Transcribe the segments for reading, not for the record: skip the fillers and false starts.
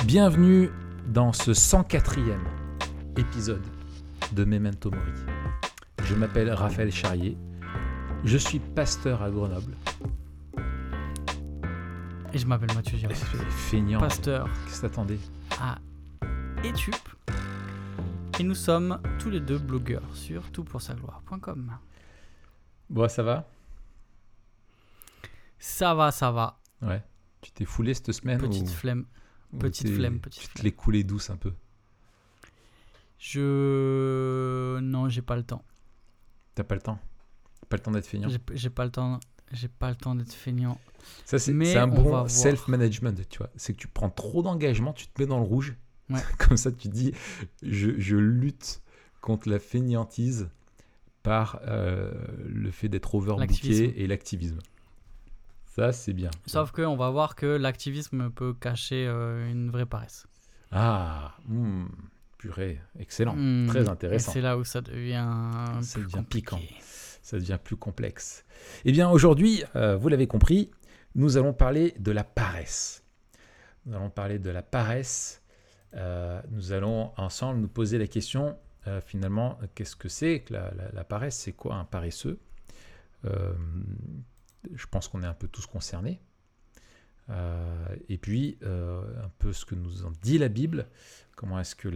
Bienvenue dans ce 104e épisode de Memento Mori. Je m'appelle Raphaël Charrier, je suis pasteur à Grenoble. Et je m'appelle Mathieu Girard. Feignant. Pasteur Qu'est-ce que t'attendais à Etup. Et nous sommes tous les deux blogueurs sur toutpoursagloire.com. Bon, ça va ? Ça va. Ouais. Tu t'es foulé cette semaine Petite flemme. Petite flemme. Tu te l'es coulé douce un peu. Non, j'ai pas le temps. T'as pas le temps ? Pas le temps d'être feignant ? J'ai pas le temps d'être feignant. Ça, c'est un bon self-management, tu vois. C'est que tu prends trop d'engagement, tu te mets dans le rouge. Ouais. Comme ça, tu dis, je lutte contre la fainéantise par le fait d'être overbooké et l'activisme. Ça, c'est bien. Sauf qu'on va voir que l'activisme peut cacher une vraie paresse. Ah, purée, excellent. Très intéressant. Et c'est là où ça devient piquant. Ça devient plus complexe. Eh bien, aujourd'hui, vous l'avez compris, nous allons parler de la paresse. Nous allons ensemble nous poser la question, finalement, qu'est-ce que c'est que la paresse ? C'est quoi un paresseux ? Je pense qu'on est un peu tous concernés. Et puis, un peu ce que nous en dit la Bible, comment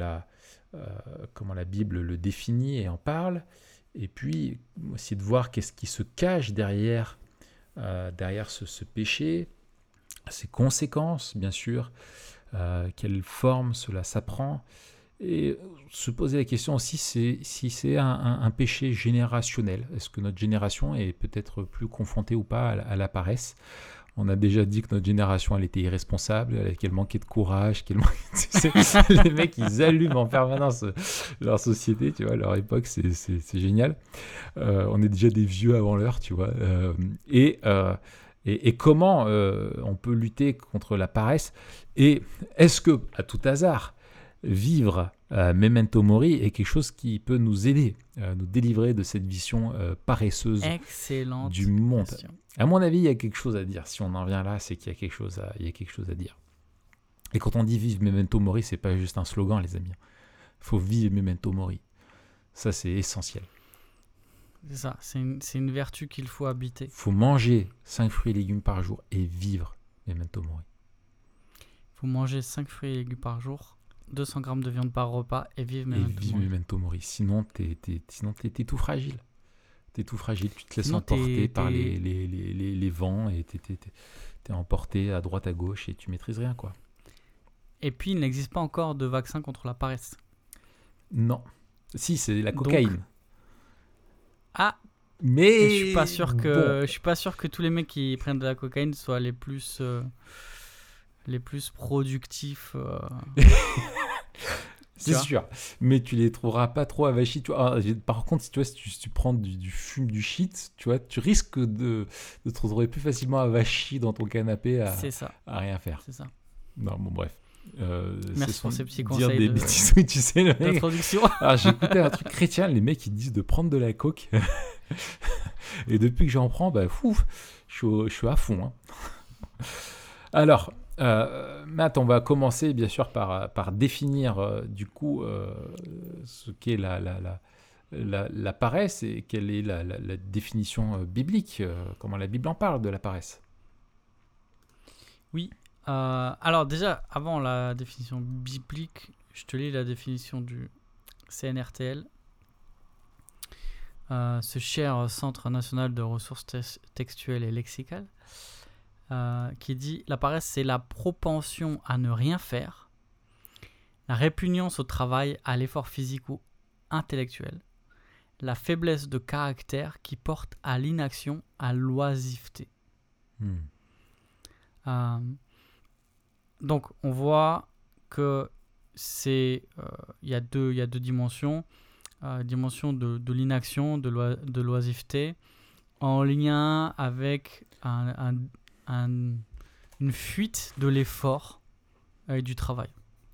la Bible le définit et en parle. Et puis, essayer de voir qu'est-ce qui se cache derrière ce péché, ses conséquences, bien sûr, quelle forme cela s'apprend. Et se poser la question aussi, si c'est un péché générationnel. Est-ce que notre génération est peut-être plus confrontée ou pas à la paresse ? On a déjà dit que notre génération, elle était irresponsable, qu'elle manquait de courage, les mecs, ils allument en permanence leur société, tu vois, leur époque, c'est génial. On est déjà des vieux avant l'heure, tu vois. Et comment on peut lutter contre la paresse ? Et est-ce que, à tout hasard, vivre Memento Mori est quelque chose qui peut nous aider, nous délivrer de cette vision paresseuse du monde. Question. À mon avis, il y a quelque chose à dire. Si on en vient là, c'est qu'il y a quelque chose à dire. Et quand on dit vivre Memento Mori, c'est pas juste un slogan, les amis. Il faut vivre Memento Mori. Ça, c'est essentiel. C'est ça, c'est une vertu qu'il faut habiter. Il faut manger 5 fruits et légumes par jour et vivre Memento Mori. Il faut manger 5 fruits et légumes par jour, 200 grammes de viande par repas et vivre Memento Mori. Sinon, t'es tout fragile. T'es tout fragile, tu te laisses emporter par les vents et t'es emporté à droite à gauche et tu maîtrises rien, quoi. Et puis, il n'existe pas encore de vaccin contre la paresse. Non. Si, c'est la cocaïne. Mais je suis pas sûr que tous les mecs qui prennent de la cocaïne soient les plus productifs. C'est sûr, mais tu les trouveras pas trop avachis. Tu vois. Par contre, si tu prends du shit, tu vois, tu risques de te retrouver plus facilement avachi dans ton canapé à rien faire. C'est ça. Non, bon, bref. Merci pour ces petits conseils des bêtises, oui, tu sais, le mec. D'introduction. Alors, j'ai écouté un truc chrétien, les mecs ils disent de prendre de la coke. Et depuis que j'en prends, je suis à fond. Hein. Alors, Matt, on va commencer bien sûr par définir du coup ce qu'est la paresse et quelle est la définition biblique, comment la Bible en parle de la paresse. Oui. Alors déjà, avant la définition biblique, je te lis la définition du CNRTL, ce cher Centre national de ressources textuelles et lexicales, qui dit « La paresse, c'est la propension à ne rien faire, la répugnance au travail, à l'effort physique ou intellectuel, la faiblesse de caractère qui porte à l'inaction, à l'oisiveté. » Donc, on voit que il y a deux dimensions. Dimension de l'inaction, de l'oisiveté, en lien avec une fuite de l'effort et du travail.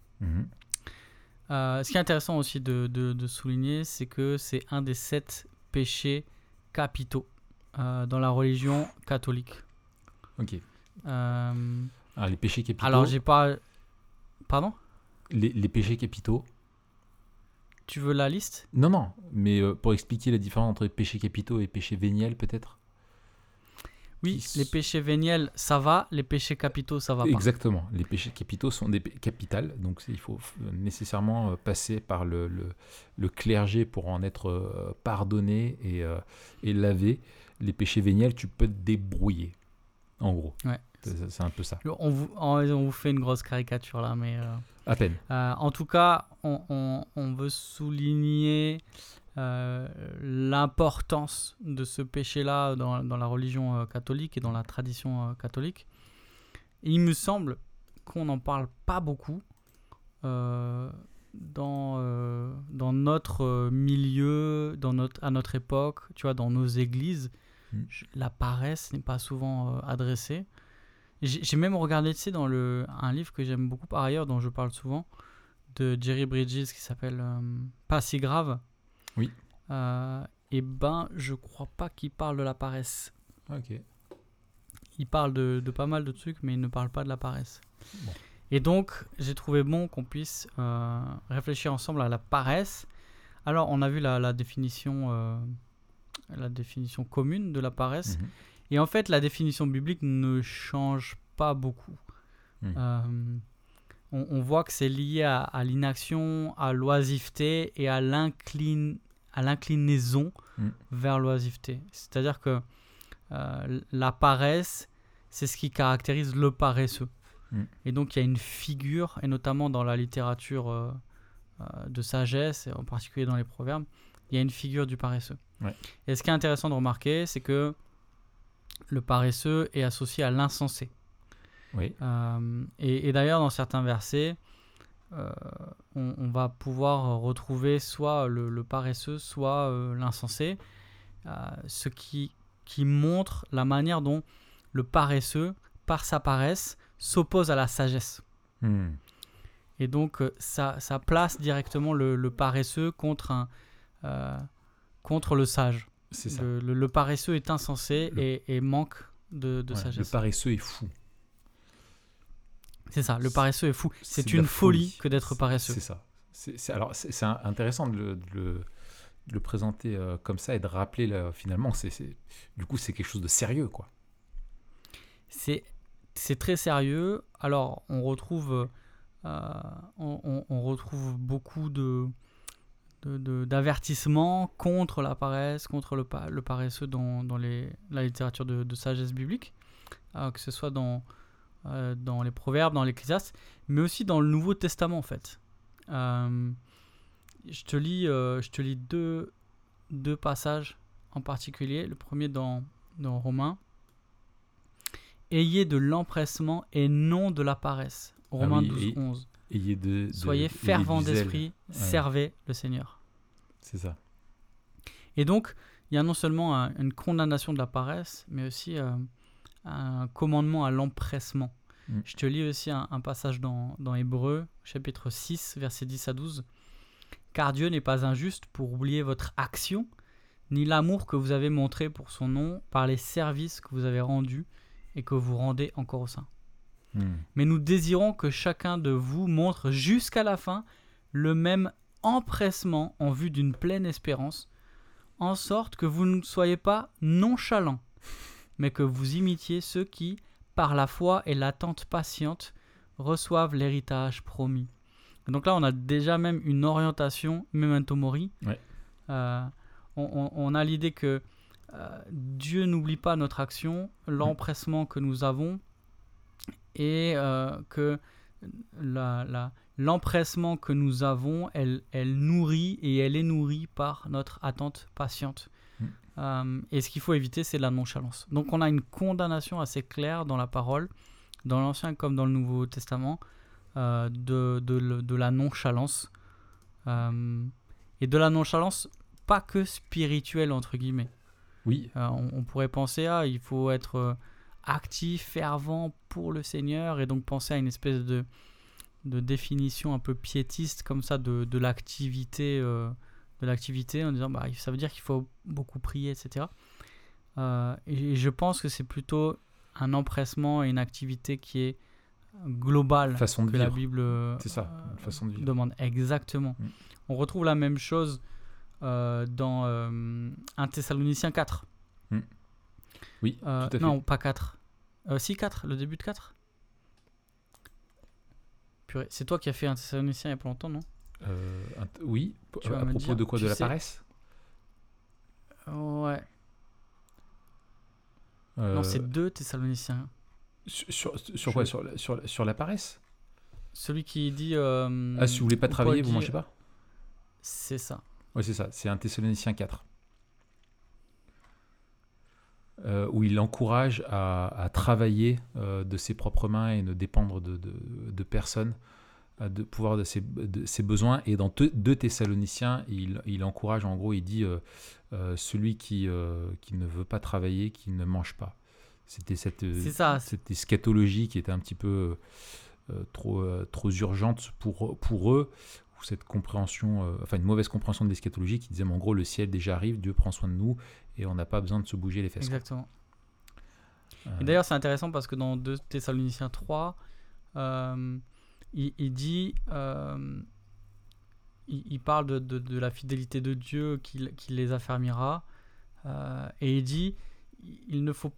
Ce qui est intéressant aussi de souligner, c'est que c'est un des 7 péchés capitaux dans la religion catholique. Ok. Alors, les péchés capitaux. Alors, j'ai pas Pardon ? Les péchés capitaux. Tu veux la liste ? Non, mais pour expliquer la différence entre péchés capitaux et péchés véniels, peut-être. Oui, les péchés véniels, ça va. Les péchés capitaux, ça va pas. Exactement. Les péchés capitaux sont des capitales, donc il faut nécessairement passer par le clergé pour en être pardonné et lavé. Les péchés véniels, tu peux te débrouiller, en gros. Ouais. C'est un peu ça. On vous fait une grosse caricature là, mais... À peine. En tout cas, on veut souligner l'importance de ce péché-là dans la religion catholique et dans la tradition catholique. Et il me semble qu'on n'en parle pas beaucoup dans notre milieu, à notre époque, tu vois, dans nos églises. La paresse n'est pas souvent adressée. J'ai même regardé, tu sais, dans un livre que j'aime beaucoup par ailleurs, dont je parle souvent, de Jerry Bridges, qui s'appelle Pas si grave. Oui. Et je crois pas qu'il parle de la paresse. Ok. Il parle de pas mal de trucs, mais il ne parle pas de la paresse. Bon. Et donc, j'ai trouvé bon qu'on puisse réfléchir ensemble à la paresse. Alors, on a vu la définition commune de la paresse. Mm-hmm. Et en fait, la définition biblique ne change pas beaucoup. On voit que c'est lié à l'inaction, à l'oisiveté et à l'inclinaison vers l'oisiveté. C'est-à-dire que la paresse, c'est ce qui caractérise le paresseux. Et donc, il y a une figure, et notamment dans la littérature de sagesse, et en particulier dans les proverbes, il y a une figure du paresseux. Ouais. Et ce qui est intéressant de remarquer, c'est que le paresseux est associé à l'insensé. Oui. Et d'ailleurs, dans certains versets, on va pouvoir retrouver soit le paresseux, soit l'insensé, ce qui montre la manière dont le paresseux, par sa paresse, s'oppose à la sagesse. Et donc, ça place directement le paresseux contre le sage. C'est ça. Le paresseux est insensé et manque de sagesse. Le paresseux est fou. C'est ça, le paresseux est fou. C'est une folie que d'être paresseux. C'est ça. C'est intéressant de le présenter comme ça et de rappeler finalement, du coup, c'est quelque chose de sérieux, quoi. C'est très sérieux. Alors, on retrouve beaucoup d'avertissements contre la paresse, contre le paresseux dans la littérature de sagesse biblique, que ce soit dans les Proverbes, dans l'Ecclésiaste, mais aussi dans le Nouveau Testament, en fait. Je te lis deux passages en particulier. Le premier dans Romains. « Ayez de l'empressement et non de la paresse ». Romains 12, 11. Soyez fervents d'esprit, servez le Seigneur. C'est ça. Et donc, il y a non seulement une condamnation de la paresse, mais aussi un commandement à l'empressement. Je te lis aussi un passage dans Hébreux, chapitre 6, versets 10 à 12. « Car Dieu n'est pas injuste pour oublier votre action, ni l'amour que vous avez montré pour son nom par les services que vous avez rendus et que vous rendez encore au sein. Mais nous désirons que chacun de vous montre jusqu'à la fin le même empressement en vue d'une pleine espérance, en sorte que vous ne soyez pas nonchalants, mais que vous imitiez ceux qui, par la foi et l'attente patiente, reçoivent l'héritage promis. » Donc là, on a déjà même une orientation memento mori. Ouais. On a l'idée que Dieu n'oublie pas notre action, l'empressement que nous avons, et que l'empressement que nous avons, elle nourrit et elle est nourrie par notre attente patiente. Et ce qu'il faut éviter, c'est la nonchalance. Donc on a une condamnation assez claire dans la parole, dans l'Ancien comme dans le Nouveau Testament, de la nonchalance. Et de la nonchalance, pas que spirituelle, entre guillemets. Oui. On pourrait penser il faut être actif, fervent pour le Seigneur, et donc penser à une espèce de définition un peu piétiste comme ça de l'activité, en disant ça veut dire qu'il faut beaucoup prier, etc. Et je pense que c'est plutôt un empressement et une activité qui est globale façon de que vivre. la Bible C'est ça, une façon de vivre. demande. Exactement. On retrouve la même chose dans 1 Thessaloniciens 4. Oui, tout à fait. Non, pas 4. Si, 4, le début de 4. Purée, c'est toi qui as fait 1 Thessaloniciens il y a pas longtemps, non? Oui, à propos dire, de quoi? De la paresse? Ouais. Non, c'est 2 Thessaloniciens. Sur quoi? Sur la paresse? Celui qui dit... si vous voulez pas travailler, vous mangez pas? C'est ça. Oui, c'est ça. C'est 1 Thessaloniciens 4. Où il encourage à travailler de ses propres mains et ne dépendre de personne, de pouvoir de ses besoins. Et dans 2 Thessaloniciens, il encourage, en gros, il dit celui qui ne veut pas travailler, qui ne mange pas. C'était cette eschatologie qui était un petit peu trop urgente pour eux, ou cette compréhension, une mauvaise compréhension de l'eschatologie qui disait, mais en gros, le ciel déjà arrive, Dieu prend soin de nous, et on n'a pas besoin de se bouger les fesses. Exactement. Et d'ailleurs, c'est intéressant parce que dans 2 Thessaloniciens 3, il dit, il parle de la fidélité de Dieu qui les affermira, et il dit, il faut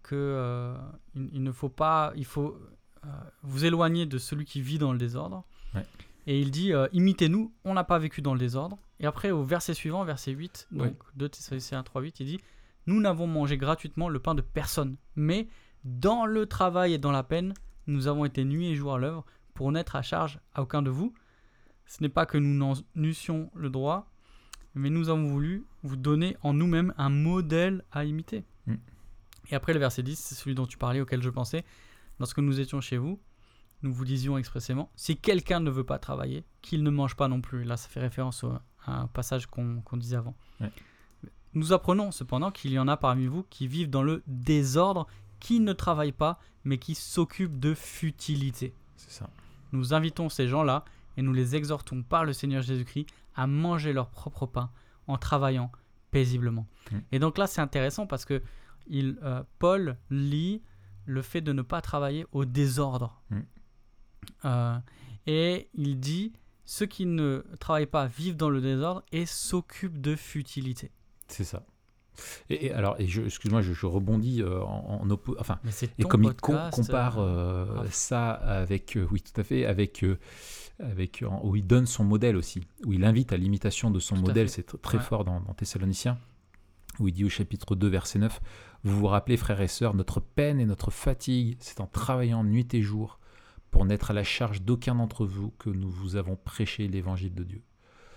vous éloigner de celui qui vit dans le désordre. Ouais. Et il dit, imitez-nous, on n'a pas vécu dans le désordre. Et après, au verset suivant, verset 8, donc 2 Thessaloniciens 3:8, il dit, nous n'avons mangé gratuitement le pain de personne, mais dans le travail et dans la peine, nous avons été nuit et jour à l'œuvre pour n'être à charge à aucun de vous. Ce n'est pas que nous n'en eussions le droit, mais nous avons voulu vous donner en nous-mêmes un modèle à imiter. Et après, le verset 10, c'est celui dont tu parlais, auquel je pensais. Lorsque nous étions chez vous, nous vous disions expressément, si quelqu'un ne veut pas travailler, qu'il ne mange pas non plus. Là, ça fait référence à un passage qu'on disait avant. Ouais. Nous apprenons cependant qu'il y en a parmi vous qui vivent dans le désordre, qui ne travaillent pas, mais qui s'occupent de futilité. C'est ça. Nous invitons ces gens-là et nous les exhortons par le Seigneur Jésus-Christ à manger leur propre pain en travaillant paisiblement. Et donc là, c'est intéressant parce que Paul lie le fait de ne pas travailler au désordre. Et il dit, ceux qui ne travaillent pas vivent dans le désordre et s'occupent de futilité. C'est ça. Excuse-moi, je rebondis et comme il compare ça avec, oui, tout à fait, où il donne son modèle aussi, où il invite à l'imitation de son modèle, c'est très fort dans Thessaloniciens, où il dit au chapitre 2, verset 9, vous vous rappelez, frères et sœurs, notre peine et notre fatigue, c'est en travaillant nuit et jour pour n'être à la charge d'aucun d'entre vous que nous vous avons prêché l'évangile de Dieu.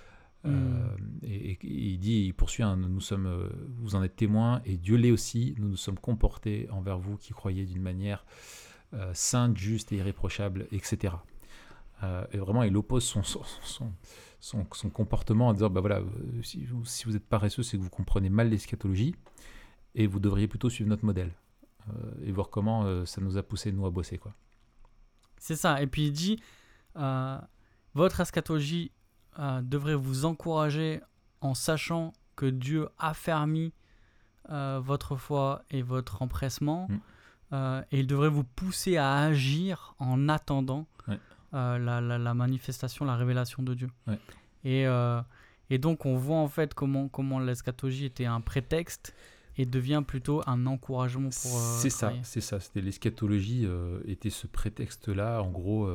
Et il poursuit, nous sommes, vous en êtes témoins, et Dieu l'est aussi, nous nous sommes comportés envers vous qui croyez d'une manière sainte, juste et irréprochable, etc. Et vraiment, il oppose son comportement en disant, si vous êtes paresseux, c'est que vous comprenez mal l'eschatologie, et vous devriez plutôt suivre notre modèle, et voir comment ça nous a poussé, nous, à bosser, quoi. C'est ça, et puis il dit, votre eschatologie devrait vous encourager en sachant que Dieu affermit votre foi et votre empressement, et il devrait vous pousser à agir en attendant la manifestation, la révélation de Dieu. Et donc on voit en fait comment l'eschatologie était un prétexte et devient plutôt un encouragement pour travailler. C'est ça, c'était l'eschatologie était ce prétexte-là, en gros.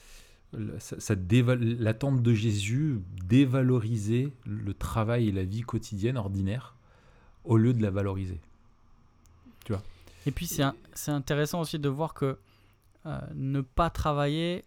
L'attente de Jésus dévalorisait le travail et la vie quotidienne ordinaire au lieu de la valoriser. Tu vois. Et puis c'est intéressant aussi de voir que ne pas travailler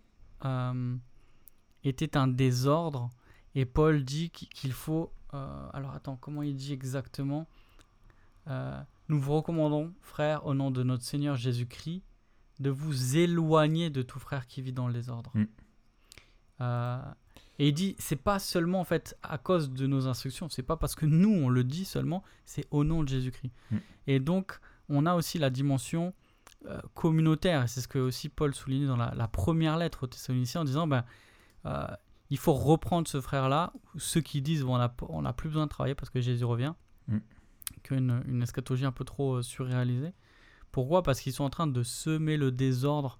était un désordre, et Paul dit qu'il faut alors attends, comment il dit exactement, nous vous recommandons, frères, au nom de notre Seigneur Jésus-Christ, de vous éloigner de tout frère qui vit dans le désordre. Et il dit, c'est pas seulement en fait à cause de nos instructions, c'est pas parce que nous on le dit seulement, c'est au nom de Jésus-Christ. Et donc on a aussi la dimension communautaire, et c'est ce que aussi Paul soulignait dans la première lettre aux Thessaloniciens en disant il faut reprendre ce frère-là, ceux qui disent on n'a plus besoin de travailler parce que Jésus revient, qu'une eschatologie un peu trop surréalisée. Pourquoi ? Parce qu'ils sont en train de semer le désordre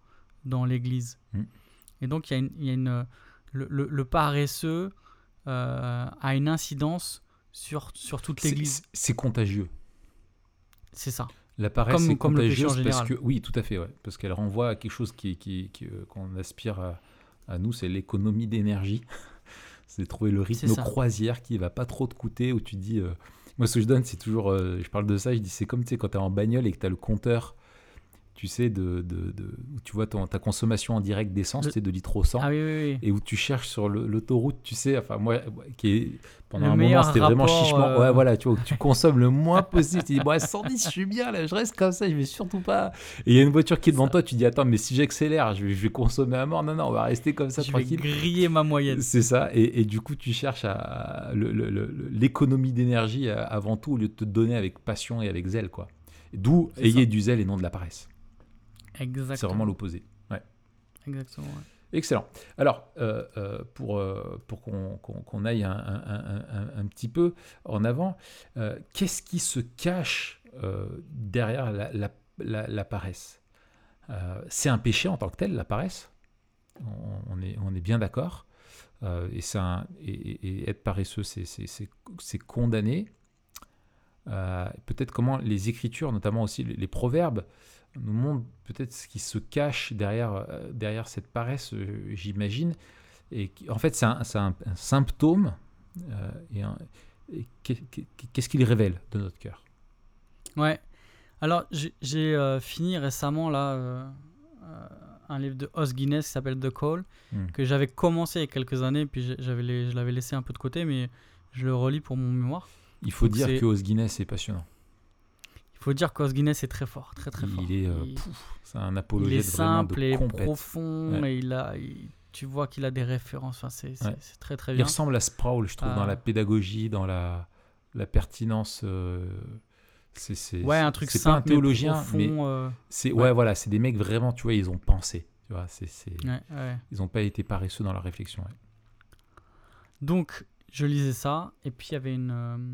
dans l'Église. Et donc, le paresseux a une incidence sur toute l'Église. C'est contagieux. C'est ça. La paresse est contagieuse parce que oui, tout à fait, ouais, parce qu'elle renvoie à quelque chose qu'on aspire à nous, c'est l'économie d'énergie. C'est de trouver le rythme croisière qui va pas trop te coûter, où tu dis moi ce que je donne c'est toujours je parle de ça, je dis c'est comme tu sais quand tu es en bagnole et que tu as le compteur, tu sais où tu vois ta consommation en direct d'essence, tu sais, de litre au 100, et où tu cherches sur l'autoroute, tu sais, enfin moi qui est pendant un moment c'était vraiment chichement, ouais voilà, tu vois, où tu consommes le moins possible, tu dis bon 110 je suis bien là, je reste comme ça, je vais surtout pas, et il y a une voiture qui est devant toi, tu dis attends mais si j'accélère je vais consommer à mort, non on va rester comme ça tranquille, je vais griller ma moyenne, c'est ça, et du coup tu cherches à l'économie d'énergie avant tout, au lieu de te donner avec passion et avec zèle, quoi, d'où ayez du zèle et non de la paresse. Exactement. C'est vraiment l'opposé. Ouais. Exactement. Ouais. Excellent. Alors, pour qu'on aille un petit peu en avant, qu'est-ce qui se cache derrière la paresse ? C'est un péché en tant que tel, la paresse. On est bien d'accord. Et être paresseux, c'est condamné. Peut-être comment les Écritures, notamment aussi les proverbes, nous montre peut-être ce qui se cache derrière cette paresse, j'imagine. Et en fait, c'est un symptôme. Et qu'est-ce qu'il révèle de notre cœur ? Ouais. Alors, j'ai fini récemment là, un livre de Os Guinness qui s'appelle The Call, que j'avais commencé il y a quelques années, puis je l'avais laissé un peu de côté, mais je le relis pour mon mémoire. Il faut dire que Os Guinness est passionnant. Il faut dire qu'Os Guinness est très fort, très très fort. C'est un apologète vraiment de compète. Il est simple et profond, et tu vois qu'il a des références. Enfin, c'est très très bien. Il ressemble à Sproul, je trouve, dans la pédagogie, dans la pertinence. Un truc c'est simple, pas un théologien, mais profond, c'est voilà, c'est des mecs vraiment, tu vois, ils ont pensé. Tu vois, ils n'ont pas été paresseux dans leur réflexion. Ouais. Donc, je lisais ça, et puis il y avait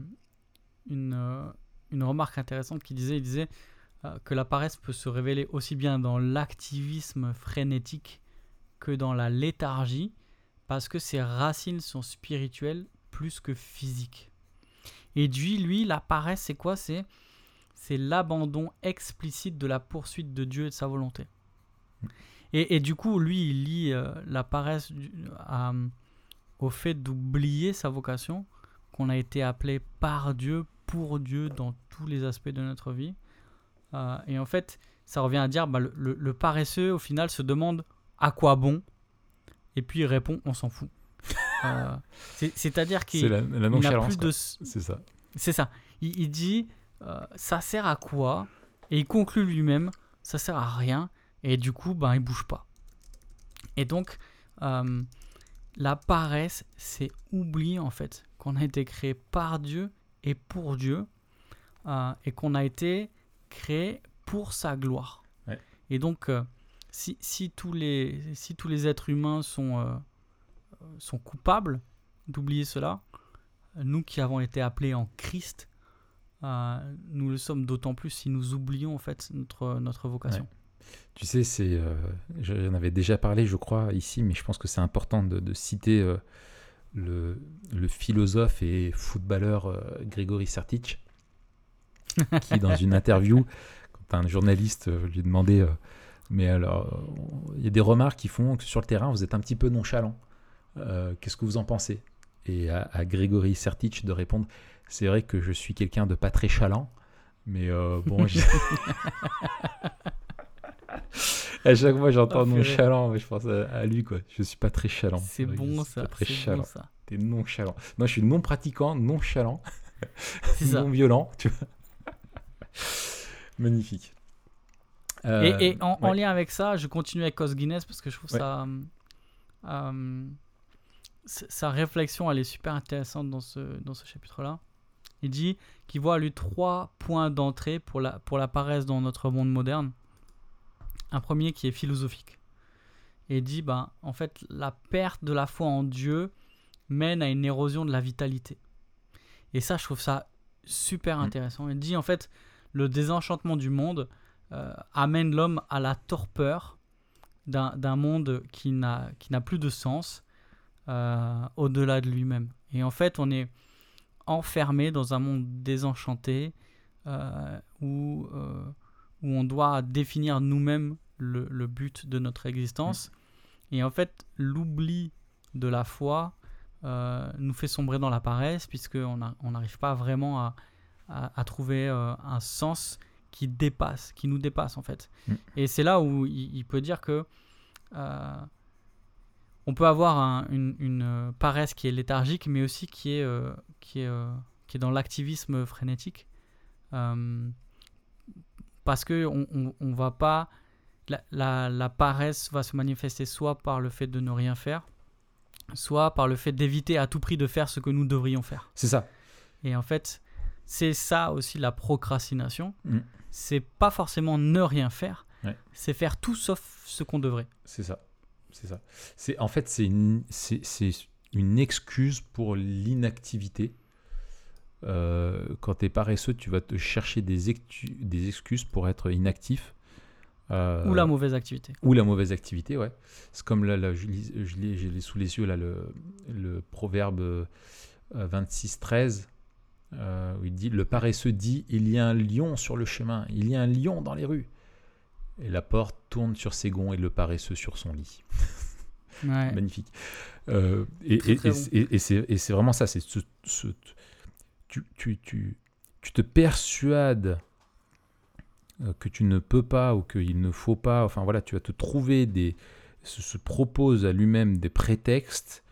une remarque intéressante il disait que la paresse peut se révéler aussi bien dans l'activisme frénétique que dans la léthargie, parce que ses racines sont spirituelles plus que physiques. Et lui, la paresse, c'est quoi ? C'est l'abandon explicite de la poursuite de Dieu et de sa volonté. Et du coup, lui, il lie la paresse au fait d'oublier sa vocation, qu'on a été appelé par Dieu, pour Dieu, dans tous les aspects de notre vie. Et en fait, ça revient à dire, le paresseux, au final, se demande à quoi bon, et puis il répond, on s'en fout. C'est-à-dire qu'il la nonchalance, n'a plus de... C'est ça. C'est ça. Il dit, ça sert à quoi ? Et il conclut lui-même, ça sert à rien, et du coup, il bouge pas. Et donc, la paresse, c'est oublier, en fait, qu'on a été créé par Dieu et pour Dieu, et qu'on a été créé pour sa gloire. Ouais. Et donc, si tous les êtres humains sont coupables d'oublier cela, nous qui avons été appelés en Christ, nous le sommes d'autant plus si nous oublions en fait notre vocation. Ouais. Tu sais, j'en avais déjà parlé, je crois, ici, mais je pense que c'est important de citer le philosophe et footballeur Grégory Sertic, qui, dans une interview, quand un journaliste lui demandait mais alors, il y a des remarques qui font que sur le terrain, vous êtes un petit peu nonchalant. Qu'est-ce que vous en pensez ? Et à Grégory Sertic de répondre, c'est vrai que je suis quelqu'un de pas très chalant, mais bon... À chaque fois j'entends nonchalant, moi, je pense à lui, quoi. Je suis pas très chalant. C'est bon ça, très c'est chalant. bon ça. T'es nonchalant. Moi je suis non pratiquant, nonchalant, c'est non ça. Violent, tu vois. Magnifique. Et en lien avec ça, je continue avec Os Guinness parce que je trouve ça... sa réflexion, elle est super intéressante dans ce chapitre-là. Il dit qu'il voit, lui, 3 points d'entrée pour la paresse dans notre monde moderne. Un premier qui est philosophique. Et il dit, en fait, la perte de la foi en Dieu mène à une érosion de la vitalité. Et ça, je trouve ça super intéressant. Il dit, en fait, le désenchantement du monde amène l'homme à la torpeur d'un monde qui n'a plus de sens au-delà de lui-même. Et en fait, on est enfermé dans un monde désenchanté où on doit définir nous-mêmes le but de notre existence. Et en fait, l'oubli de la foi nous fait sombrer dans la paresse, puisqu'on n'arrive pas vraiment à trouver un sens qui nous dépasse en fait. Et c'est là où il peut dire que on peut avoir une paresse qui est léthargique, mais aussi qui est dans l'activisme frénétique, parce que on va pas, la paresse va se manifester soit par le fait de ne rien faire, soit par le fait d'éviter à tout prix de faire ce que nous devrions faire. C'est ça. Et en fait, c'est ça aussi la procrastination. C'est pas forcément ne rien faire, c'est faire tout sauf ce qu'on devrait. C'est ça. En fait, c'est une excuse pour l'inactivité. Quand tu es paresseux, tu vas te chercher des excuses pour être inactif. Ou la mauvaise activité. Ouais. C'est comme là je l'ai sous les yeux, là, le proverbe 26-13, où il dit, le paresseux dit, il y a un lion sur le chemin, il y a un lion dans les rues. Et la porte tourne sur ses gonds et le paresseux sur son lit. Ouais. Magnifique. Et c'est vraiment ça. Tu te persuades que tu ne peux pas ou qu'il ne faut pas. Enfin voilà, tu vas te trouver se propose à lui-même des prétextes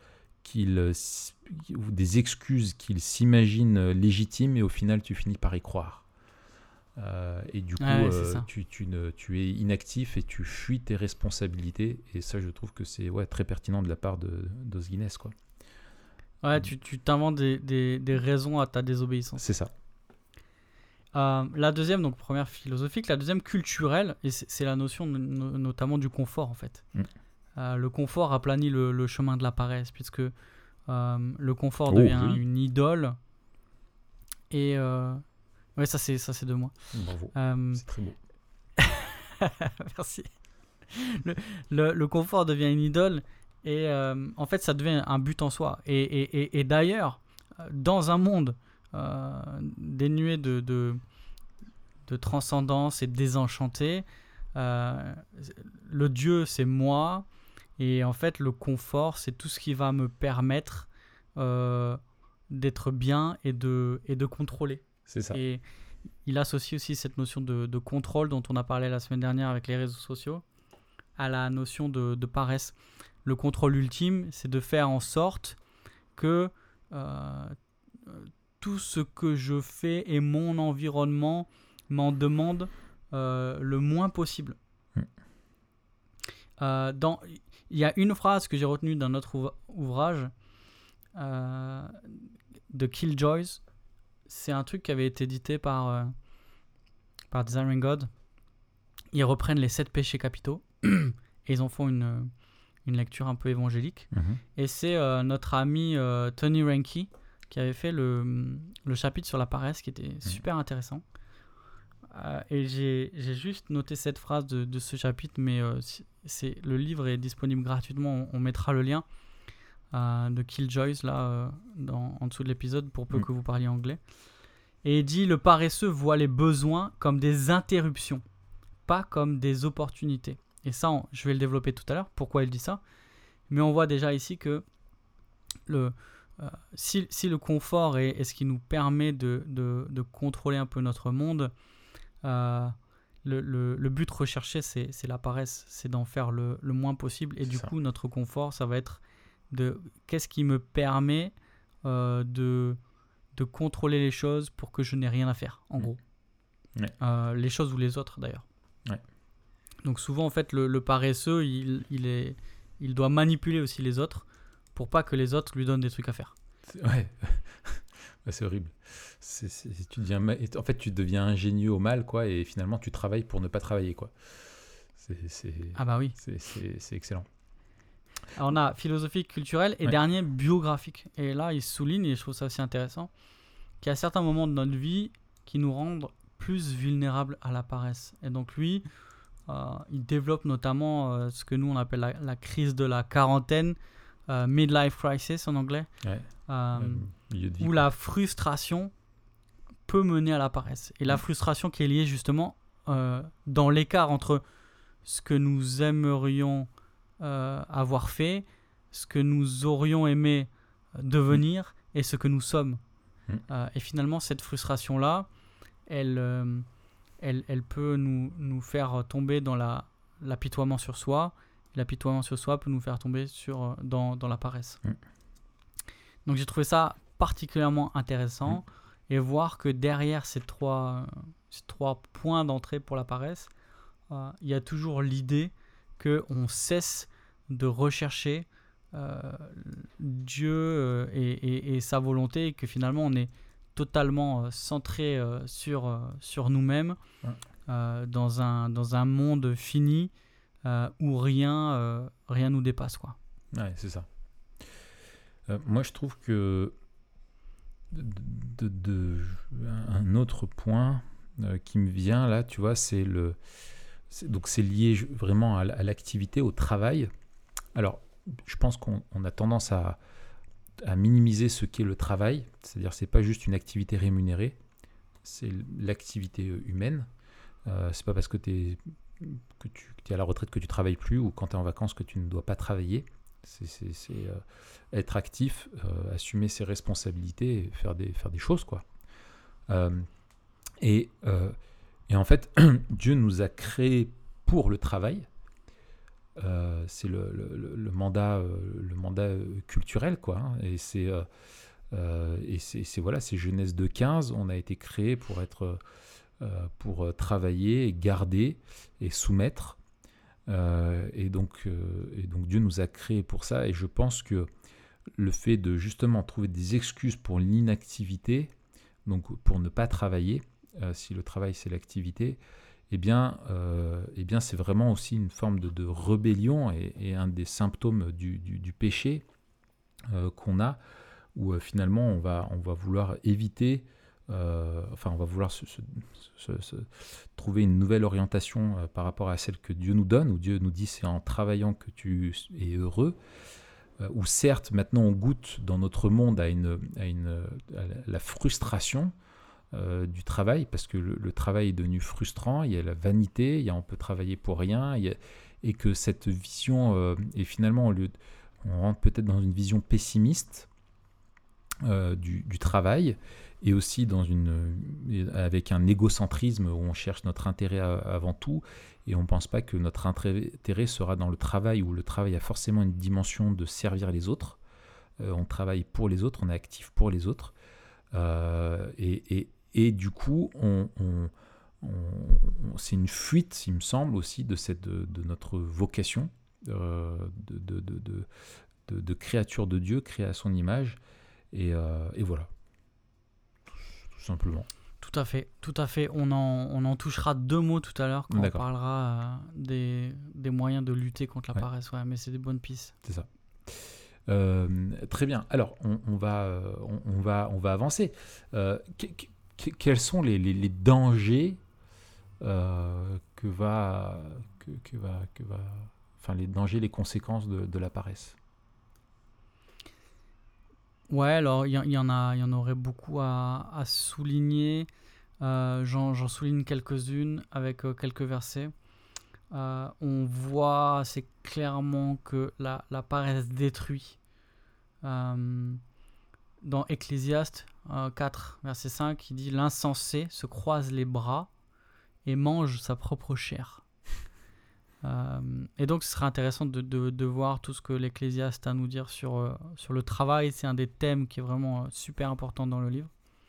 ou des excuses qu'il s'imagine légitimes, et au final tu finis par y croire. Et du coup, tu es inactif et tu fuis tes responsabilités. Et ça, je trouve que c'est très pertinent de la part d'Os Guinness, quoi. Ouais, tu t'inventes des raisons à ta désobéissance. C'est ça. La deuxième, donc première philosophique, la deuxième culturelle, et c'est la notion notamment du confort en fait. Le confort aplanit le chemin de la paresse, puisque le confort devient une idole. Et ouais, ça c'est de moi. Bravo, c'est très beau. Merci. Le confort devient une idole, et en fait ça devient un but en soi. Et d'ailleurs, dans un monde dénué de transcendance et désenchanté, le Dieu c'est moi, et en fait le confort c'est tout ce qui va me permettre d'être bien et de contrôler. C'est ça. Et il associe aussi cette notion de contrôle dont on a parlé la semaine dernière avec les réseaux sociaux à la notion de paresse. Le contrôle ultime, c'est de faire en sorte que tout ce que je fais et mon environnement m'en demande le moins possible. Il y a une phrase que j'ai retenue d'un autre ouvrage de Killjoys. C'est un truc qui avait été édité par Desiring God. Ils reprennent les 7 péchés capitaux et ils en font une lecture un peu évangélique. Et c'est notre ami Tony Reinke qui avait fait le chapitre sur la paresse, qui était super intéressant. Et j'ai juste noté cette phrase de ce chapitre, mais le livre est disponible gratuitement. On mettra le lien de Killjoys là en dessous de l'épisode, pour peu que vous parliez anglais. Et il dit: le paresseux voit les besoins comme des interruptions, pas comme des opportunités. Et ça, je vais le développer tout à l'heure, pourquoi il dit ça. Mais on voit déjà ici que si le confort est ce qui nous permet de contrôler un peu notre monde, le but recherché, c'est la paresse, c'est d'en faire le moins possible. Et du coup, notre confort, ça va être qu'est-ce qui me permet de contrôler les choses pour que je n'ai rien à faire, en gros. Les choses ou les autres, d'ailleurs. Donc souvent, en fait, le paresseux, il doit manipuler aussi les autres pour pas que les autres lui donnent des trucs à faire. C'est horrible. En fait, tu deviens ingénieux au mal, quoi, et finalement, tu travailles pour ne pas travailler, quoi. Ah bah oui. C'est excellent. Alors on a philosophique, culturelle, et dernier, biographique. Et là, il souligne, et je trouve ça aussi intéressant, qu'il y a certains moments de notre vie qui nous rendent plus vulnérables à la paresse. Et donc lui, il développe notamment ce que nous on appelle la crise de la quarantaine, midlife crisis en anglais, où la frustration peut mener à la paresse. Et la frustration qui est liée justement dans l'écart entre ce que nous aimerions avoir fait, ce que nous aurions aimé devenir et ce que nous sommes. Et finalement, cette frustration-là, elle peut nous faire tomber dans l'apitoiement sur soi. L'apitoiement sur soi peut nous faire tomber dans la paresse. Donc j'ai trouvé ça particulièrement intéressant et voir que derrière ces trois points d'entrée pour la paresse, il y a toujours l'idée qu'on cesse de rechercher Dieu et sa volonté, et que finalement on est totalement centré sur nous-mêmes, dans un monde fini où rien nous dépasse, quoi. Ouais, c'est ça. Moi je trouve que un autre point qui me vient là, tu vois, c'est lié vraiment à l'activité, au travail. Alors, je pense qu'on a tendance à minimiser ce qu'est le travail, c'est-à-dire c'est pas juste une activité rémunérée, c'est l'activité humaine. C'est pas parce que tu es à la retraite que tu travailles plus, ou quand tu es en vacances que tu ne dois pas travailler. C'est être actif, assumer ses responsabilités et faire des choses, quoi. Et en fait, Dieu nous a créés pour le travail. C'est le mandat culturel, quoi, hein. Et c'est Genèse 2:15, on a été créés pour travailler, garder et soumettre. Et donc Dieu nous a créés pour ça, et je pense que le fait de justement trouver des excuses pour l'inactivité, donc pour ne pas travailler, si le travail c'est l'activité, eh bien c'est vraiment aussi une forme de rébellion, et un des symptômes du péché qu'on a, où finalement on va vouloir éviter, on va vouloir trouver une nouvelle orientation par rapport à celle que Dieu nous donne, où Dieu nous dit c'est en travaillant que tu es heureux, où certes maintenant on goûte dans notre monde à la frustration du travail, parce que le travail est devenu frustrant, il y a la vanité, on peut travailler pour rien, et que cette vision, et finalement on rentre peut-être dans une vision pessimiste du travail, et aussi avec un égocentrisme où on cherche notre intérêt avant tout, et on ne pense pas que notre intérêt sera dans le travail, où le travail a forcément une dimension de servir les autres. On travaille pour les autres, on est actif pour les autres, et du coup c'est une fuite, il me semble aussi, de notre vocation de créature de Dieu, créée à son image, et voilà, tout simplement. Tout à fait. On en touchera 2 mots tout à l'heure quand on parlera des moyens de lutter contre la paresse. Ouais, mais c'est des bonnes pistes. C'est ça. Très bien. Alors, on va avancer. Quels sont les dangers les dangers, les conséquences de la paresse? Ouais, alors il y en aurait beaucoup à souligner. J'en souligne quelques-unes avec quelques versets. On voit assez clairement que la paresse détruit. Dans Ecclésiaste 4, verset 5, il dit « L'insensé se croise les bras et mange sa propre chair ». Et donc ce serait intéressant de voir tout ce que l'Ecclésiaste a à nous dire sur le travail. C'est un des thèmes qui est vraiment super important dans le livre.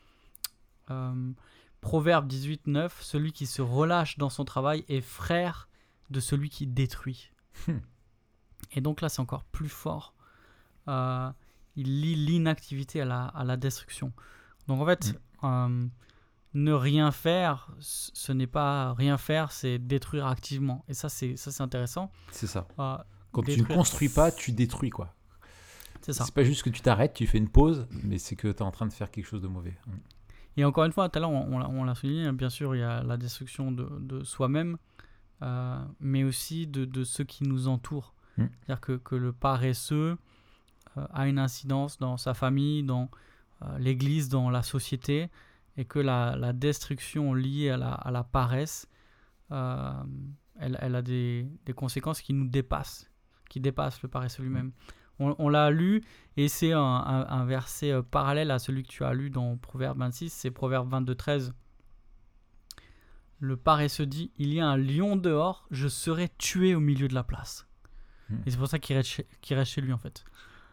Proverbe 18, 9, celui qui se relâche dans son travail est frère de celui qui détruit. Et donc là c'est encore plus fort. Il lie l'inactivité à la destruction. Donc en fait, ne rien faire, ce n'est pas rien faire, c'est détruire activement. Et ça c'est intéressant. C'est ça. Quand tu ne construis pas, tu détruis, quoi. C'est ça. C'est pas juste que tu t'arrêtes, tu fais une pause, mais c'est que tu es en train de faire quelque chose de mauvais. Et encore une fois, tout à l'heure, on l'a souligné, bien sûr, il y a la destruction de soi-même, mais aussi de ceux qui nous entourent. C'est-à-dire que le paresseux a une incidence dans sa famille, dans l'église, dans la société, et que la destruction liée à la paresse, elle a des conséquences qui nous dépassent, qui dépassent le paresseux lui-même. On l'a lu, et c'est un verset parallèle à celui que tu as lu dans Proverbe 26, c'est Proverbe 22, 13. Le paresseux dit, il y a un lion dehors, je serai tué au milieu de la place. Et c'est pour ça qu'il reste chez lui, en fait.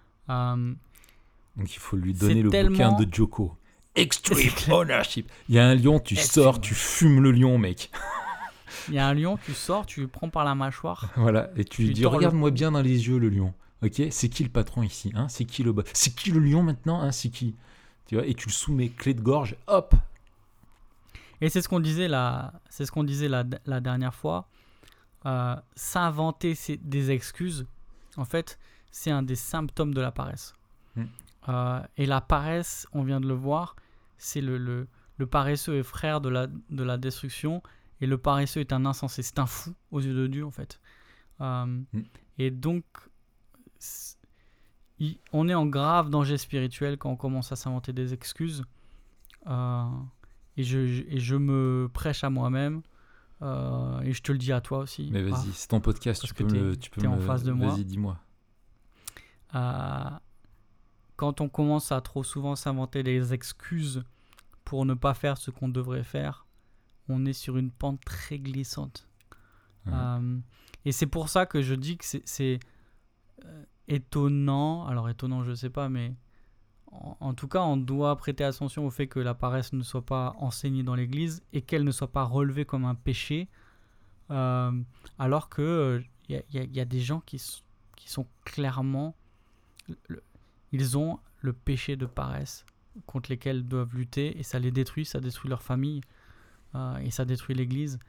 Donc il faut lui donner le bouquin de Joko. Extreme Ownership. Il y a un lion, tu sors, tu fumes le lion, mec. Il y a un lion, tu sors, tu le prends par la mâchoire. Voilà, et tu lui dis, regarde-moi bien dans les yeux, le lion. Ok, c'est qui le patron ici, hein? C'est qui le lion maintenant, hein? C'est qui? Tu vois, et tu le soumets clé de gorge, hop. Et c'est ce qu'on disait la dernière fois. S'inventer des excuses, en fait, c'est un des symptômes de la paresse. Et la paresse, on vient de le voir, c'est le paresseux est frère de la destruction, et le paresseux est un insensé, c'est un fou aux yeux de Dieu, en fait. Et donc, on est en grave danger spirituel quand on commence à s'inventer des excuses. Et je me prêche à moi-même, et je te le dis à toi aussi. Mais vas-y, c'est ton podcast, tu peux en face de moi. Vas-y, dis-moi. Quand on commence à trop souvent s'inventer des excuses pour ne pas faire ce qu'on devrait faire, on est sur une pente très glissante. Et c'est pour ça que je dis que c'est étonnant. Alors étonnant, je ne sais pas, mais en tout cas, on doit prêter attention au fait que la paresse ne soit pas enseignée dans l'Église et qu'elle ne soit pas relevée comme un péché, alors que y a des gens qui sont clairement... Ils ont le péché de paresse contre lesquels ils doivent lutter, et ça les détruit, ça détruit leur famille, et ça détruit l'Église.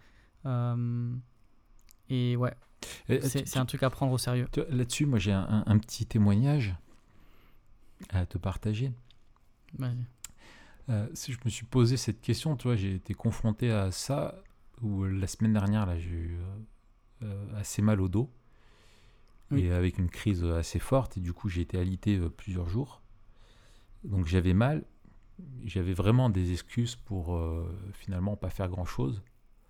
Et ouais, c'est un truc à prendre au sérieux. Là-dessus, moi j'ai un petit témoignage à te partager. Vas-y. Si je me suis posé cette question, tu vois, j'ai été confronté à ça, où la semaine dernière, là, j'ai eu assez mal au dos. Oui. Et avec une crise assez forte, et du coup j'ai été alité plusieurs jours. Donc j'avais mal, j'avais vraiment des excuses pour finalement pas faire grand chose,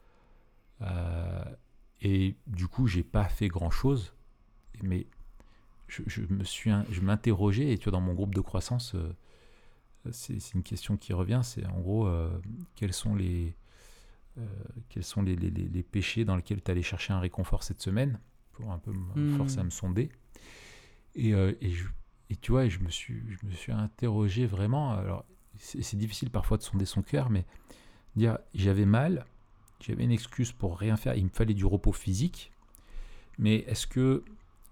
et du coup j'ai pas fait grand chose, mais je m'interrogeais, et tu vois, dans mon groupe de croissance, c'est une question qui revient, c'est en gros quels sont les péchés dans lesquels tu allais chercher un réconfort cette semaine, pour un peu me forcer à me sonder. Et tu vois, je me suis interrogé vraiment. Alors, c'est difficile parfois de sonder son cœur, mais dire, j'avais mal, j'avais une excuse pour rien faire, il me fallait du repos physique, mais est-ce que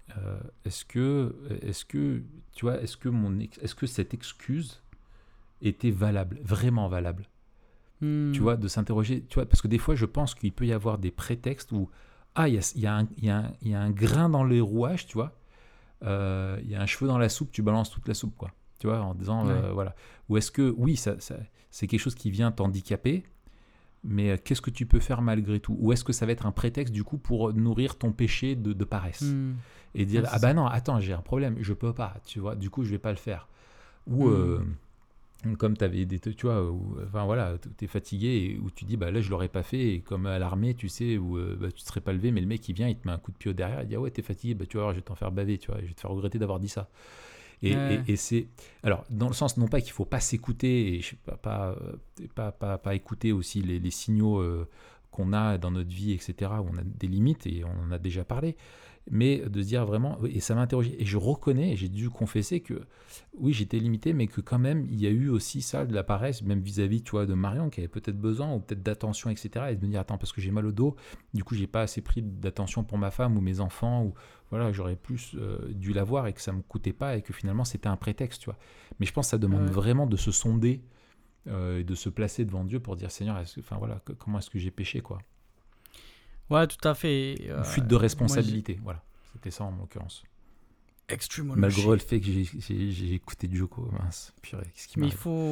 tu vois, est-ce que cette excuse était valable, vraiment valable? Tu vois, de s'interroger, tu vois, parce que des fois, je pense qu'il peut y avoir des prétextes où il y a un grain dans les rouages, tu vois. Il y a un cheveu dans la soupe, tu balances toute la soupe, quoi. Tu vois, en disant, voilà. Ou est-ce que, oui, ça, c'est quelque chose qui vient t'handicaper, mais qu'est-ce que tu peux faire malgré tout? Ou est-ce que ça va être un prétexte, du coup, pour nourrir ton péché de paresse? Et dire, non, attends, j'ai un problème, je peux pas, tu vois, du coup, je vais pas le faire. Ou... comme tu avais des, tu vois, enfin voilà, tu es fatigué, et où tu dis là je l'aurais pas fait, et comme à l'armée, tu sais, où tu te serais pas levé, mais le mec il vient, il te met un coup de pied au derrière, il dit ouais, t'es fatigué, tu vas voir, je vais t'en faire baver, tu vois, je vais te faire regretter d'avoir dit ça. Et c'est, alors dans le sens non pas qu'il faut pas s'écouter, et je sais pas écouter aussi les signaux qu'on a dans notre vie, etc., où on a des limites, et on en a déjà parlé, mais de se dire vraiment, et ça m'a interrogé, et je reconnais, et j'ai dû confesser que oui, j'étais limité, mais que quand même il y a eu aussi ça, de la paresse, même vis-à-vis, tu vois, de Marion, qui avait peut-être besoin, ou peut-être d'attention, etc., et de me dire, attends, parce que j'ai mal au dos, du coup j'ai pas assez pris d'attention pour ma femme ou mes enfants, ou voilà, j'aurais plus dû l'avoir, et que ça me coûtait pas, et que finalement c'était un prétexte, tu vois. Mais je pense que ça demande vraiment de se sonder, et de se placer devant Dieu pour dire, Seigneur, comment est-ce que j'ai péché, quoi. Ouais, tout à fait. Une fuite de responsabilité, voilà. C'était ça en l'occurrence. Extreme Malgré le fait que j'ai écouté Joko, mince, purée, qu'est-ce qui m'arrive ? Mais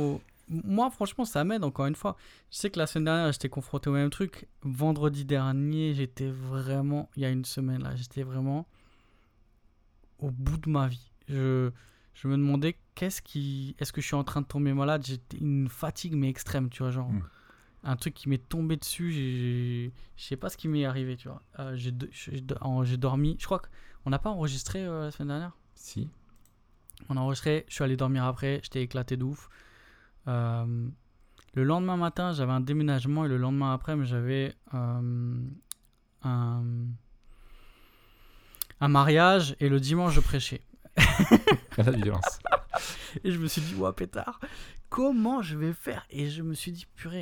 moi, franchement, ça m'aide, encore une fois. Je sais que la semaine dernière, j'étais confronté au même truc. Vendredi dernier, il y a une semaine, là, j'étais vraiment au bout de ma vie. Je me demandais est-ce que je suis en train de tomber malade? J'étais une fatigue, mais extrême, tu vois, genre. Un truc qui m'est tombé dessus, je sais pas ce qui m'est arrivé, tu vois. J'ai dormi, je crois qu'on n'a pas enregistré la semaine dernière. Si. On a enregistré, je suis allé dormir après, j'étais éclaté de ouf. Le lendemain matin, j'avais un déménagement et le lendemain après, j'avais un mariage et le dimanche, je prêchais. La violence. Et je me suis dit, ouah, pétard, comment je vais faire? Et je me suis dit, purée,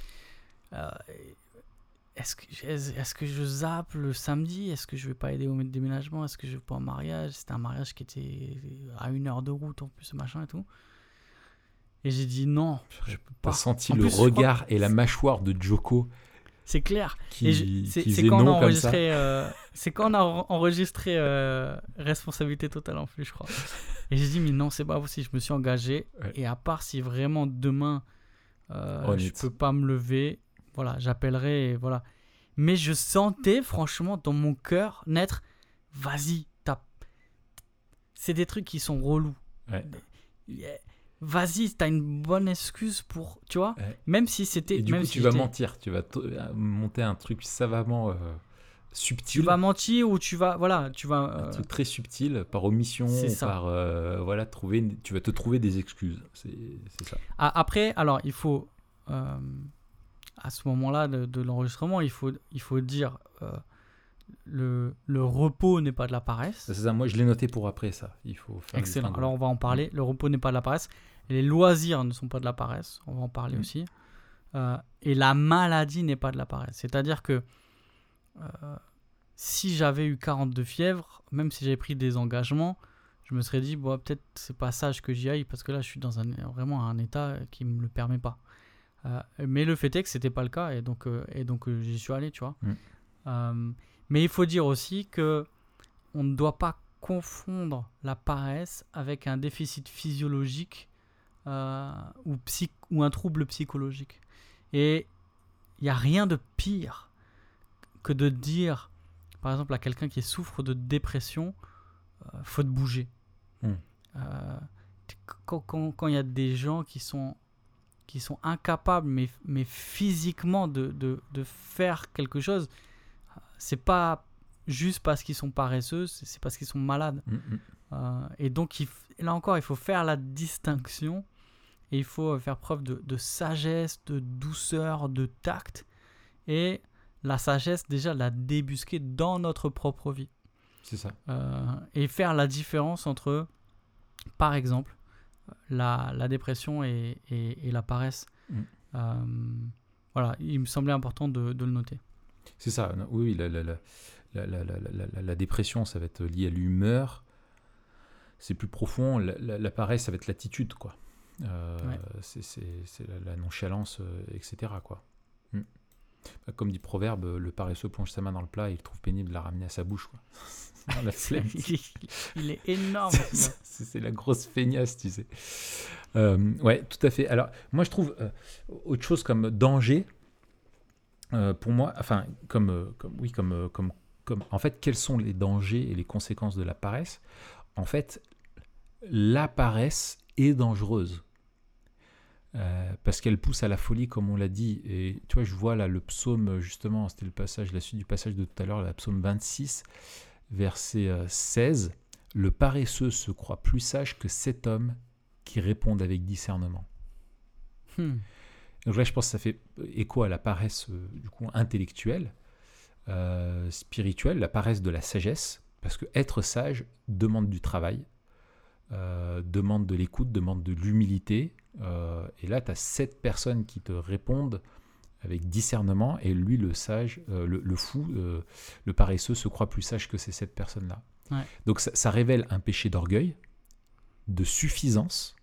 est-ce que je zappe le samedi? Est-ce que je vais pas aider au déménagement? Est-ce que je vais pas au mariage? C'était un mariage qui était à 1 heure de route en plus, machin et tout. Et j'ai dit non, je peux pas. T'as senti le regard et la mâchoire de Joko. C'est clair. C'est quand on a enregistré. C'est quand on a enregistré Responsabilité Totale en plus, je crois. Et j'ai dit mais non, c'est pas possible. Je me suis engagé. Ouais. Et à part si vraiment demain je peux pas me lever, voilà, j'appellerai. Et voilà. Mais je sentais franchement dans mon cœur naître. Vas-y, tape. C'est des trucs qui sont relous. Ouais. Vas-y, t'as une bonne excuse pour, tu vois, même si c'était... Et du coup, tu vas mentir, tu vas monter un truc savamment subtil. Tu vas mentir ou tu vas... Voilà, tu vas... Un truc très subtil, par omission, par... voilà, tu vas te trouver des excuses. C'est ça. Après, alors, il faut... à ce moment-là de l'enregistrement, il faut dire... le repos n'est pas de la paresse. C'est ça, moi je l'ai noté pour après ça. Il faut faire excellent, alors on va en parler. Le repos n'est pas de la paresse. Les loisirs ne sont pas de la paresse. On va en parler aussi. Et la maladie n'est pas de la paresse. C'est-à-dire que si j'avais eu 42 fièvre, même si j'avais pris des engagements, je me serais dit, bon, peut-être c'est pas sage que j'y aille parce que là je suis dans vraiment un état qui me le permet pas. Mais le fait est que c'était pas le cas et donc j'y suis allé, tu vois. Mais il faut dire aussi que on ne doit pas confondre la paresse avec un déficit physiologique ou un trouble psychologique. Et il n'y a rien de pire que de dire, par exemple, à quelqu'un qui souffre de dépression, faut te bouger. Quand il y a des gens qui sont incapables, mais physiquement de faire quelque chose, c'est pas juste parce qu'ils sont paresseux, c'est parce qu'ils sont malades. Et donc, là encore, il faut faire la distinction et il faut faire preuve de sagesse, de douceur, de tact. Et la sagesse, déjà, la débusquer dans notre propre vie. C'est ça. Et faire la différence entre, par exemple, la dépression et la paresse. Voilà, il me semblait important de le noter. C'est ça, oui, la dépression, ça va être lié à l'humeur, c'est plus profond, la paresse, ça va être l'attitude, quoi. C'est la nonchalance, etc., quoi. Comme dit le proverbe, le paresseux plonge sa main dans le plat et il trouve pénible de la ramener à sa bouche, quoi. La flemme. Il est énorme. C'est la grosse feignasse, tu sais. Ouais, tout à fait. Alors, moi, je trouve autre chose comme danger. Pour moi, enfin, en fait, quels sont les dangers et les conséquences de la paresse? En fait, la paresse est dangereuse parce qu'elle pousse à la folie, comme on l'a dit. Et tu vois, je vois là le psaume, justement, c'était la suite du passage de tout à l'heure, le psaume 26, verset 16. Le paresseux se croit plus sage que 7 hommes qui répondent avec discernement. Donc là, je pense que ça fait écho à la paresse du coup intellectuelle, spirituelle, la paresse de la sagesse, parce que être sage demande du travail, demande de l'écoute, demande de l'humilité. Et là, tu as 7 personnes qui te répondent avec discernement, et lui, le sage, le fou, le paresseux, se croit plus sage que ces 7 personnes-là. Ouais. Donc ça révèle un péché d'orgueil, de suffisance,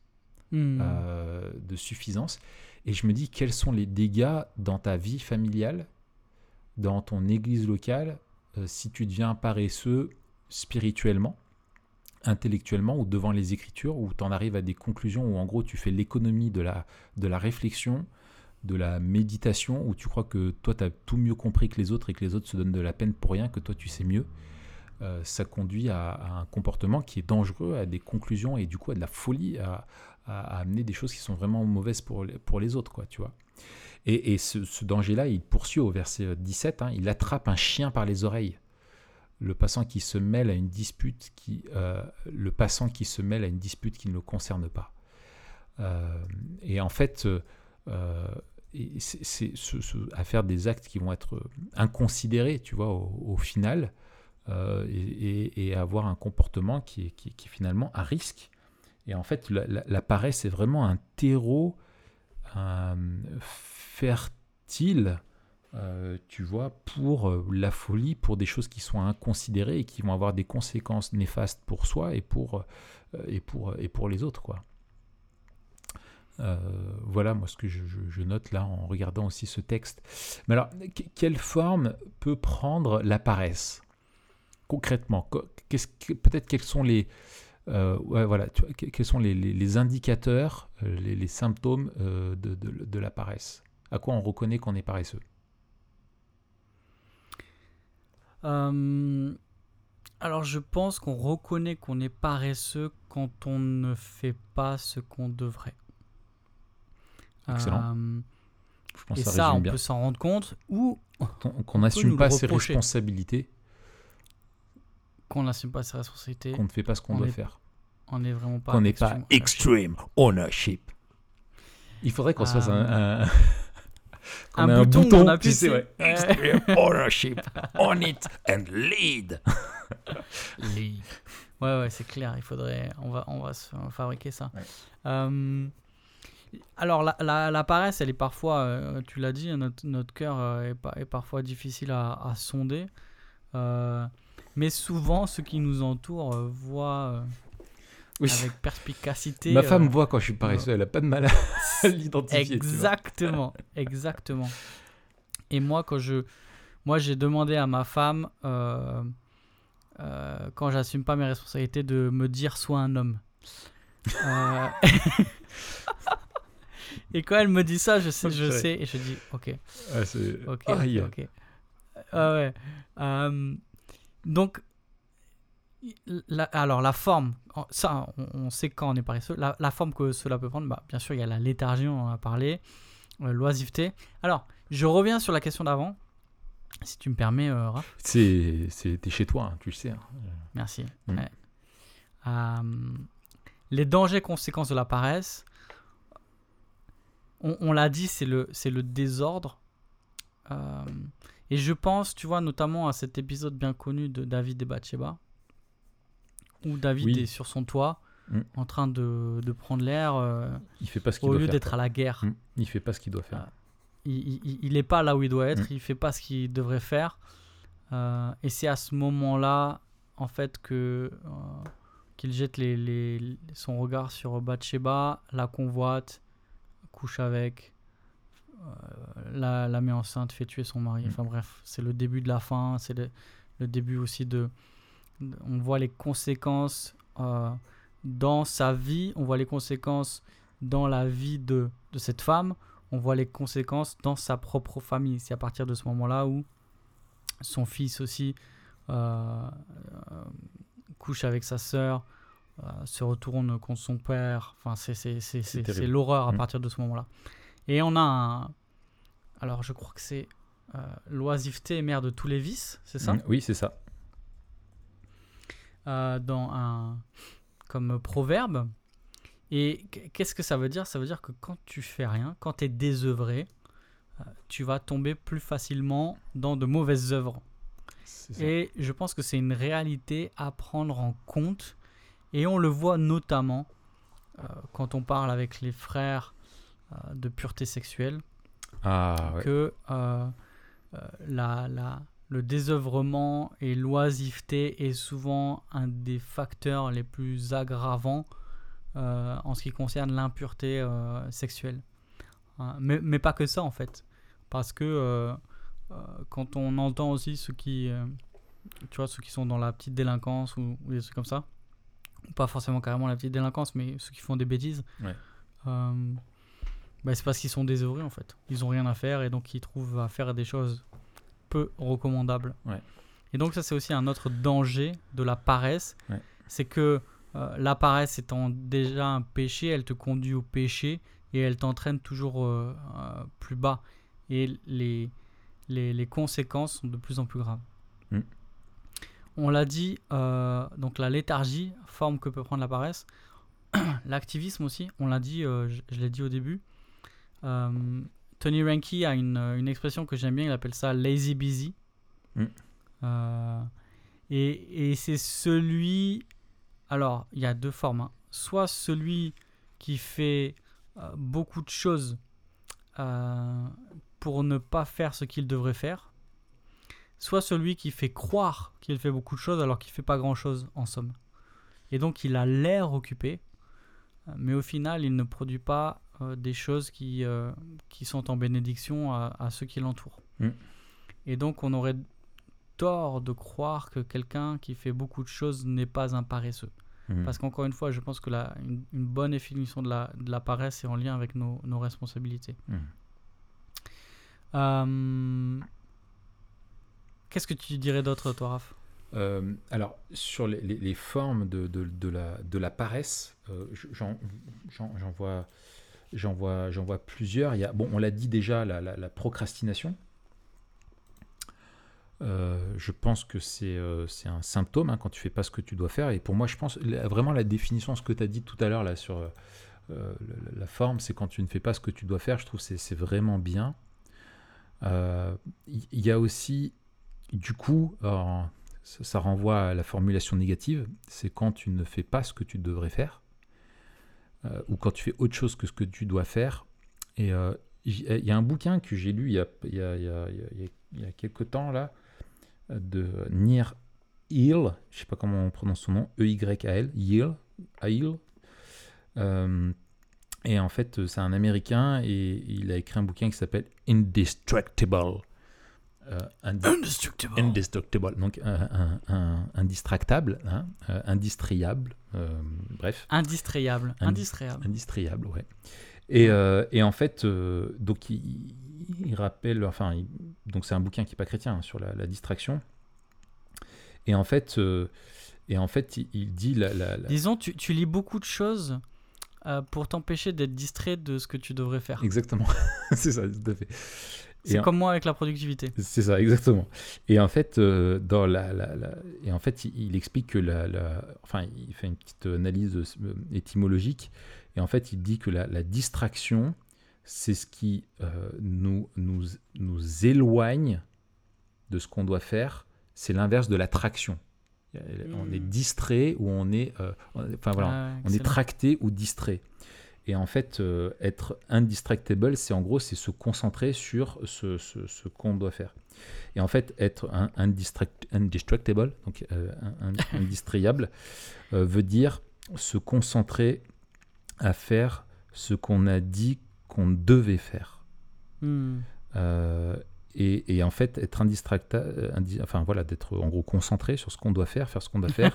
Et je me dis, quels sont les dégâts dans ta vie familiale, dans ton église locale, si tu deviens paresseux spirituellement, intellectuellement ou devant les Écritures, où tu en arrives à des conclusions où en gros tu fais l'économie de la réflexion, de la méditation, où tu crois que toi tu as tout mieux compris que les autres et que les autres se donnent de la peine pour rien, que toi tu sais mieux, ça conduit à un comportement qui est dangereux, à des conclusions et du coup à de la folie, à amener des choses qui sont vraiment mauvaises pour les autres, quoi, tu vois. Et ce danger-là, il poursuit au verset 17, il attrape un chien par les oreilles. Le passant qui se mêle à une dispute qui ne le concerne pas. Et en fait, c'est à faire des actes qui vont être inconsidérés, tu vois, au final, et avoir un comportement qui est finalement à risque. Et en fait, la paresse est vraiment un terreau fertile, tu vois, pour la folie, pour des choses qui sont inconsidérées et qui vont avoir des conséquences néfastes pour soi et pour les autres, quoi. Voilà, moi, ce que je note là en regardant aussi ce texte. Mais alors, quelle forme peut prendre la paresse concrètement? Peut-être quels sont les quels sont les indicateurs, les symptômes de la paresse? À quoi on reconnaît qu'on est paresseux? Alors, je pense qu'on reconnaît qu'on est paresseux quand on ne fait pas ce qu'on devrait. Excellent. Je pense et que ça, on bien. peut s'en rendre compte, ou qu'on n'assume pas ses responsabilités. Qu'on n'assume pas ses responsabilités. Qu'on ne fait pas ce qu'on doit faire. On n'est vraiment pas... Qu'on n'est pas extreme ownership. Il faudrait qu'on se fasse un bouton, on appuie, tu sais, ouais. Extreme ownership. On it and lead. Lead. Ouais, c'est clair. Il faudrait... On va se fabriquer ça. Ouais. Alors, la paresse, elle est parfois, tu l'as dit, notre cœur est parfois difficile à sonder. Mais souvent, ceux qui nous entourent voient avec perspicacité. Ma femme voit quand je suis paresseux, elle n'a pas de mal à l'identifier. Exactement. Et moi, j'ai demandé à ma femme, quand j'assume pas mes responsabilités, de me dire sois un homme. Et quand elle me dit ça, je sais, et je dis ok. Ok. Ouais. Donc, alors la forme, ça, on sait quand on est paresseux. La forme que cela peut prendre, bien sûr, il y a la léthargie, on en a parlé, l'oisiveté. Alors, je reviens sur la question d'avant, si tu me permets, Raph. T'es chez toi, tu le sais. Merci. Ouais. Les dangers conséquences de la paresse. On l'a dit, c'est le désordre. Et je pense, tu vois, notamment à cet épisode bien connu de David et Bathsheba, où David est sur son toit, en train de prendre l'air, il fait pas ce qu'il doit au lieu faire, d'être à la guerre. Il fait pas ce qu'il doit faire. Il n'est pas là où il doit être, il fait pas ce qu'il devrait faire. Et c'est à ce moment-là, en fait, qu'il jette son regard sur Bathsheba, la convoite, couche avec, la met enceinte, fait tuer son mari. Enfin bref, c'est le début de la fin, c'est le début aussi on voit les conséquences dans sa vie, on voit les conséquences dans la vie de cette femme, on voit les conséquences dans sa propre famille. C'est à partir de ce moment-là où son fils aussi couche avec sa sœur, se retourne contre son père. Enfin, c'est l'horreur à partir de ce moment-là. Et on a alors je crois que c'est l'oisiveté est mère de tous les vices, c'est ça? Oui, c'est ça. Comme proverbe. Et qu'est-ce que ça veut dire? Ça veut dire que quand tu fais rien, quand tu es désœuvré, tu vas tomber plus facilement dans de mauvaises œuvres. Et je pense que c'est une réalité à prendre en compte. Et on le voit notamment quand on parle avec les frères de pureté sexuelle, que le désœuvrement et l'oisiveté est souvent un des facteurs les plus aggravants en ce qui concerne l'impureté sexuelle. Mais pas que ça, en fait. Parce que quand on entend aussi ceux qui sont dans la petite délinquance ou des trucs comme ça, pas forcément carrément la petite délinquance, mais ceux qui font des bêtises, c'est parce qu'ils sont désœuvrés en fait. Ils ont rien à faire et donc ils trouvent à faire des choses peu recommandables. Ouais. Et donc ça c'est aussi un autre danger de la paresse, c'est que la paresse étant déjà un péché, elle te conduit au péché et elle t'entraîne toujours plus bas. Et les conséquences sont de plus en plus graves. On l'a dit, donc la léthargie, forme que peut prendre la paresse. L'activisme aussi, on l'a dit, je l'ai dit au début. Tony Reinke a une expression que j'aime bien, il appelle ça lazy busy. Et c'est celui... Alors, il y a deux formes. Soit celui qui fait beaucoup de choses pour ne pas faire ce qu'il devrait faire, soit celui qui fait croire qu'il fait beaucoup de choses alors qu'il ne fait pas grand-chose en somme. Et donc, il a l'air occupé, mais au final, il ne produit pas des choses qui sont en bénédiction à ceux qui l'entourent. Et donc, on aurait tort de croire que quelqu'un qui fait beaucoup de choses n'est pas un paresseux. Parce qu'encore une fois, je pense que une bonne définition de la paresse est en lien avec nos responsabilités. Qu'est-ce que tu dirais d'autre, toi, Raph ? Alors, sur les formes de la paresse, j'en vois plusieurs. Il y a, on l'a dit déjà, la procrastination. Je pense que c'est un symptôme quand tu ne fais pas ce que tu dois faire. Et pour moi, je pense vraiment la définition, ce que tu as dit tout à l'heure là, sur la forme, c'est quand tu ne fais pas ce que tu dois faire. Je trouve que c'est vraiment bien. Il y a aussi, du coup, ça renvoie à la formulation négative, c'est quand tu ne fais pas ce que tu devrais faire, ou quand tu fais autre chose que ce que tu dois faire. Et il y a un bouquin que j'ai lu il y a quelques temps là, de Nir Eyal, je ne sais pas comment on prononce son nom, E-Y-A-L, Eyal. Et en fait, c'est un Américain et il a écrit un bouquin qui s'appelle Indestructible. Indestructible, donc indistractable, indistriable, bref. Indistriable, ouais. Et en fait, donc il rappelle, donc c'est un bouquin qui n'est pas chrétien sur la distraction. Et en fait, il dit Disons, tu lis beaucoup de choses pour t'empêcher d'être distrait de ce que tu devrais faire. Exactement, c'est ça, tout à fait. C'est comme moi avec la productivité. C'est ça, exactement. Et en fait, il explique que il fait une petite analyse étymologique. Et en fait, il dit que la distraction, c'est ce qui nous éloigne de ce qu'on doit faire. C'est l'inverse de l'attraction. On est distrait ou on est tracté ou distrait. Et en fait, être indistractable, c'est se concentrer sur ce qu'on doit faire. Et en fait, être indestructible, donc indistrayable, veut dire se concentrer à faire ce qu'on a dit qu'on devait faire. Et en fait, être d'être en gros concentré sur ce qu'on doit faire ce qu'on doit faire.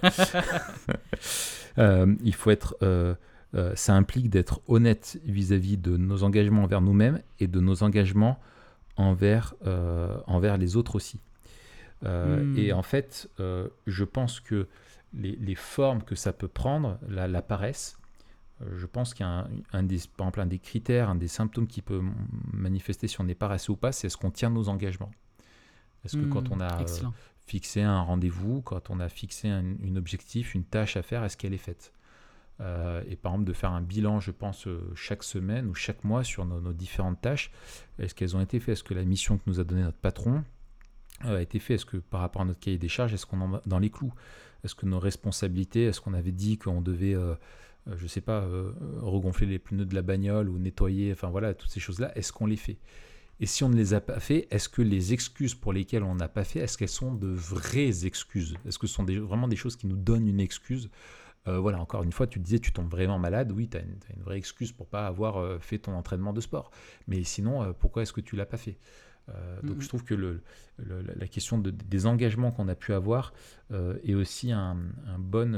Il faut être... ça implique d'être honnête vis-à-vis de nos engagements envers nous-mêmes et de nos engagements envers les autres aussi. Et en fait, je pense que les formes que ça peut prendre, la paresse, je pense qu'il y a par exemple un des critères, un des symptômes qui peut manifester si on est paresseux ou pas, c'est est-ce qu'on tient nos engagements. Est-ce que quand on a fixé un rendez-vous, quand on a fixé un objectif, une tâche à faire, est-ce qu'elle est faite ? Et par exemple de faire un bilan, je pense, chaque semaine ou chaque mois sur nos différentes tâches. Est-ce qu'elles ont été faites ? Est-ce que la mission que nous a donnée notre patron a été faite ? Est-ce que par rapport à notre cahier des charges, est-ce qu'on est dans les clous ? Est-ce que nos responsabilités, est-ce qu'on avait dit qu'on devait, regonfler les pneus de la bagnole ou nettoyer, toutes ces choses-là, est-ce qu'on les fait ? Et si on ne les a pas fait, est-ce que les excuses pour lesquelles on n'a pas fait, est-ce qu'elles sont de vraies excuses ? Est-ce que ce sont vraiment des choses qui nous donnent une excuse ? Encore une fois, tu disais, tu tombes vraiment malade, oui, tu as une vraie excuse pour ne pas avoir fait ton entraînement de sport. Mais sinon, pourquoi est-ce que tu ne l'as pas fait ? Donc je trouve que la question des engagements qu'on a pu avoir est aussi un bon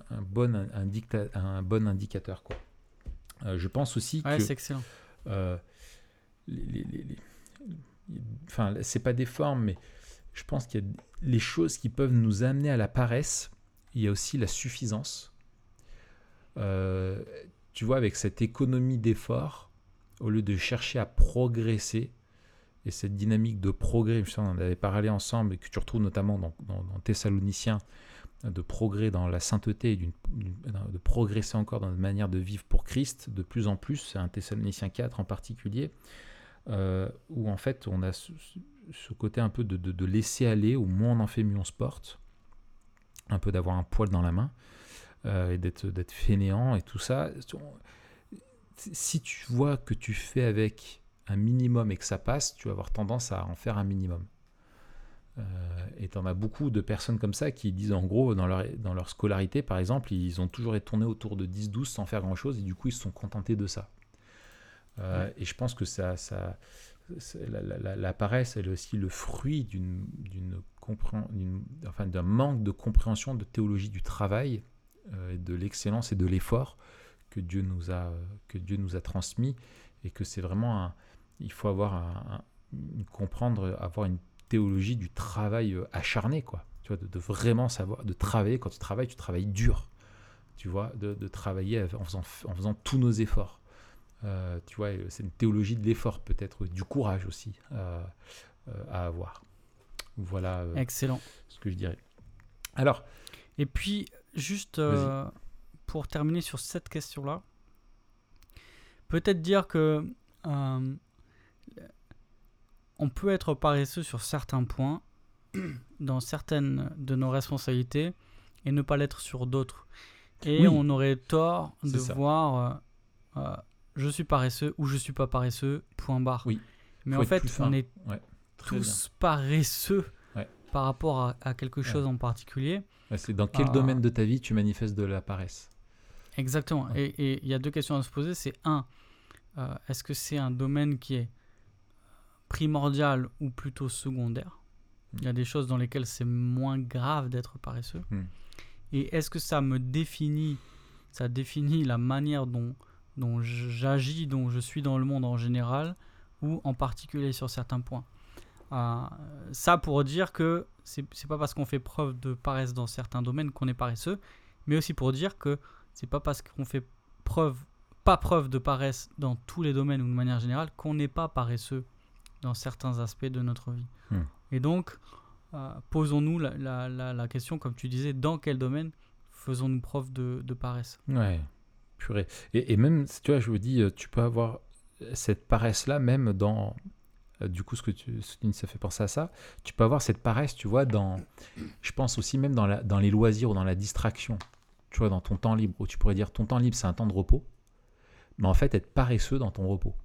indicateur, quoi. Je pense aussi que... c'est excellent. Enfin, c'est pas des formes, mais je pense qu'il y a les choses qui peuvent nous amener à la paresse. Il y a aussi la suffisance. Tu vois, avec cette économie d'effort, au lieu de chercher à progresser, et cette dynamique de progrès, on en avait parlé ensemble, et que tu retrouves notamment dans Thessaloniciens, de progrès dans la sainteté, de progresser encore dans notre manière de vivre pour Christ, de plus en plus, c'est un Thessaloniciens 4 en particulier, où en fait on a ce côté un peu de laisser aller, où moins on en fait, mieux on se porte, un peu d'avoir un poil dans la main, et d'être fainéant et tout ça. Si tu vois que tu fais avec un minimum et que ça passe, tu vas avoir tendance à en faire un minimum. Et tu en as beaucoup de personnes comme ça qui disent en gros, dans leur scolarité par exemple, ils ont toujours été tournés autour de 10-12 sans faire grand chose, et du coup ils se sont contentés de ça. Et je pense que la paresse, elle est aussi le fruit d'un manque de compréhension de théologie du travail, de l'excellence et de l'effort que Dieu nous a transmis, et que c'est vraiment il faut avoir avoir une théologie du travail acharné, quoi. Tu vois, de vraiment savoir, de travailler. Quand tu travailles dur, tu vois, de travailler en faisant tous nos efforts. Tu vois, c'est une théologie de l'effort, peut-être du courage aussi à avoir. Voilà. Excellent. Ce que je dirais. Alors. Et puis, juste pour terminer sur cette question-là, peut-être dire que on peut être paresseux sur certains points, dans certaines de nos responsabilités, et ne pas l'être sur d'autres. Et on aurait tort de voir je suis paresseux ou je suis pas paresseux, point barre. Oui. Mais en fait, on est tous paresseux par rapport à quelque chose en particulier. C'est dans quel domaine de ta vie tu manifestes de la paresse? Exactement. Et il y a deux questions à se poser. C'est est-ce que c'est un domaine qui est primordial ou plutôt secondaire? Il y a des choses dans lesquelles c'est moins grave d'être paresseux. Et est-ce que ça définit la manière dont j'agis, dont je suis dans le monde en général, ou en particulier sur certains points. Ça pour dire que c'est pas parce qu'on fait preuve de paresse dans certains domaines qu'on est paresseux, mais aussi pour dire que c'est pas parce qu'on fait pas preuve de paresse dans tous les domaines ou de manière générale qu'on n'est pas paresseux dans certains aspects de notre vie. Et donc, posons-nous la question, comme tu disais, dans quel domaine faisons-nous preuve de paresse? Ouais. Purée. Et même, tu vois, je vous dis, tu peux avoir cette paresse-là même dans... Du coup, ce que tu dis, ça fait penser à ça. Tu peux avoir cette paresse, tu vois, je pense aussi même dans les loisirs ou dans la distraction. Tu vois, dans ton temps libre, où tu pourrais dire ton temps libre, c'est un temps de repos. Mais en fait, être paresseux dans ton repos.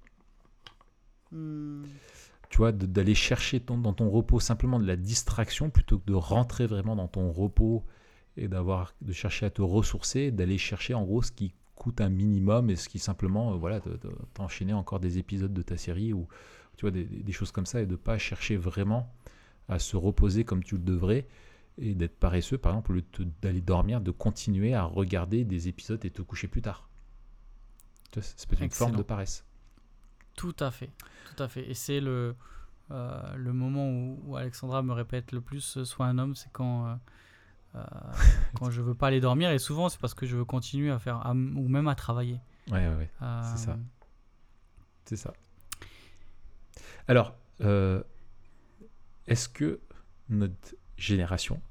Tu vois, d'aller chercher dans ton repos simplement de la distraction plutôt que de rentrer vraiment dans ton repos et de chercher à te ressourcer, d'aller chercher en gros ce qui coûte un minimum et ce qui simplement t'enchaîner encore des épisodes de ta série ou tu vois des choses comme ça, et de pas chercher vraiment à se reposer comme tu le devrais et d'être paresseux par exemple, au lieu d'aller dormir, de continuer à regarder des épisodes et te coucher plus tard. Tu vois, c'est peut-être une forme de paresse. Tout à fait. Et c'est le moment où Alexandra me répète le plus sois un homme, c'est quand je veux pas aller dormir, et souvent c'est parce que je veux continuer à faire ou même à travailler. Ouais. C'est ça. Alors, est-ce que notre génération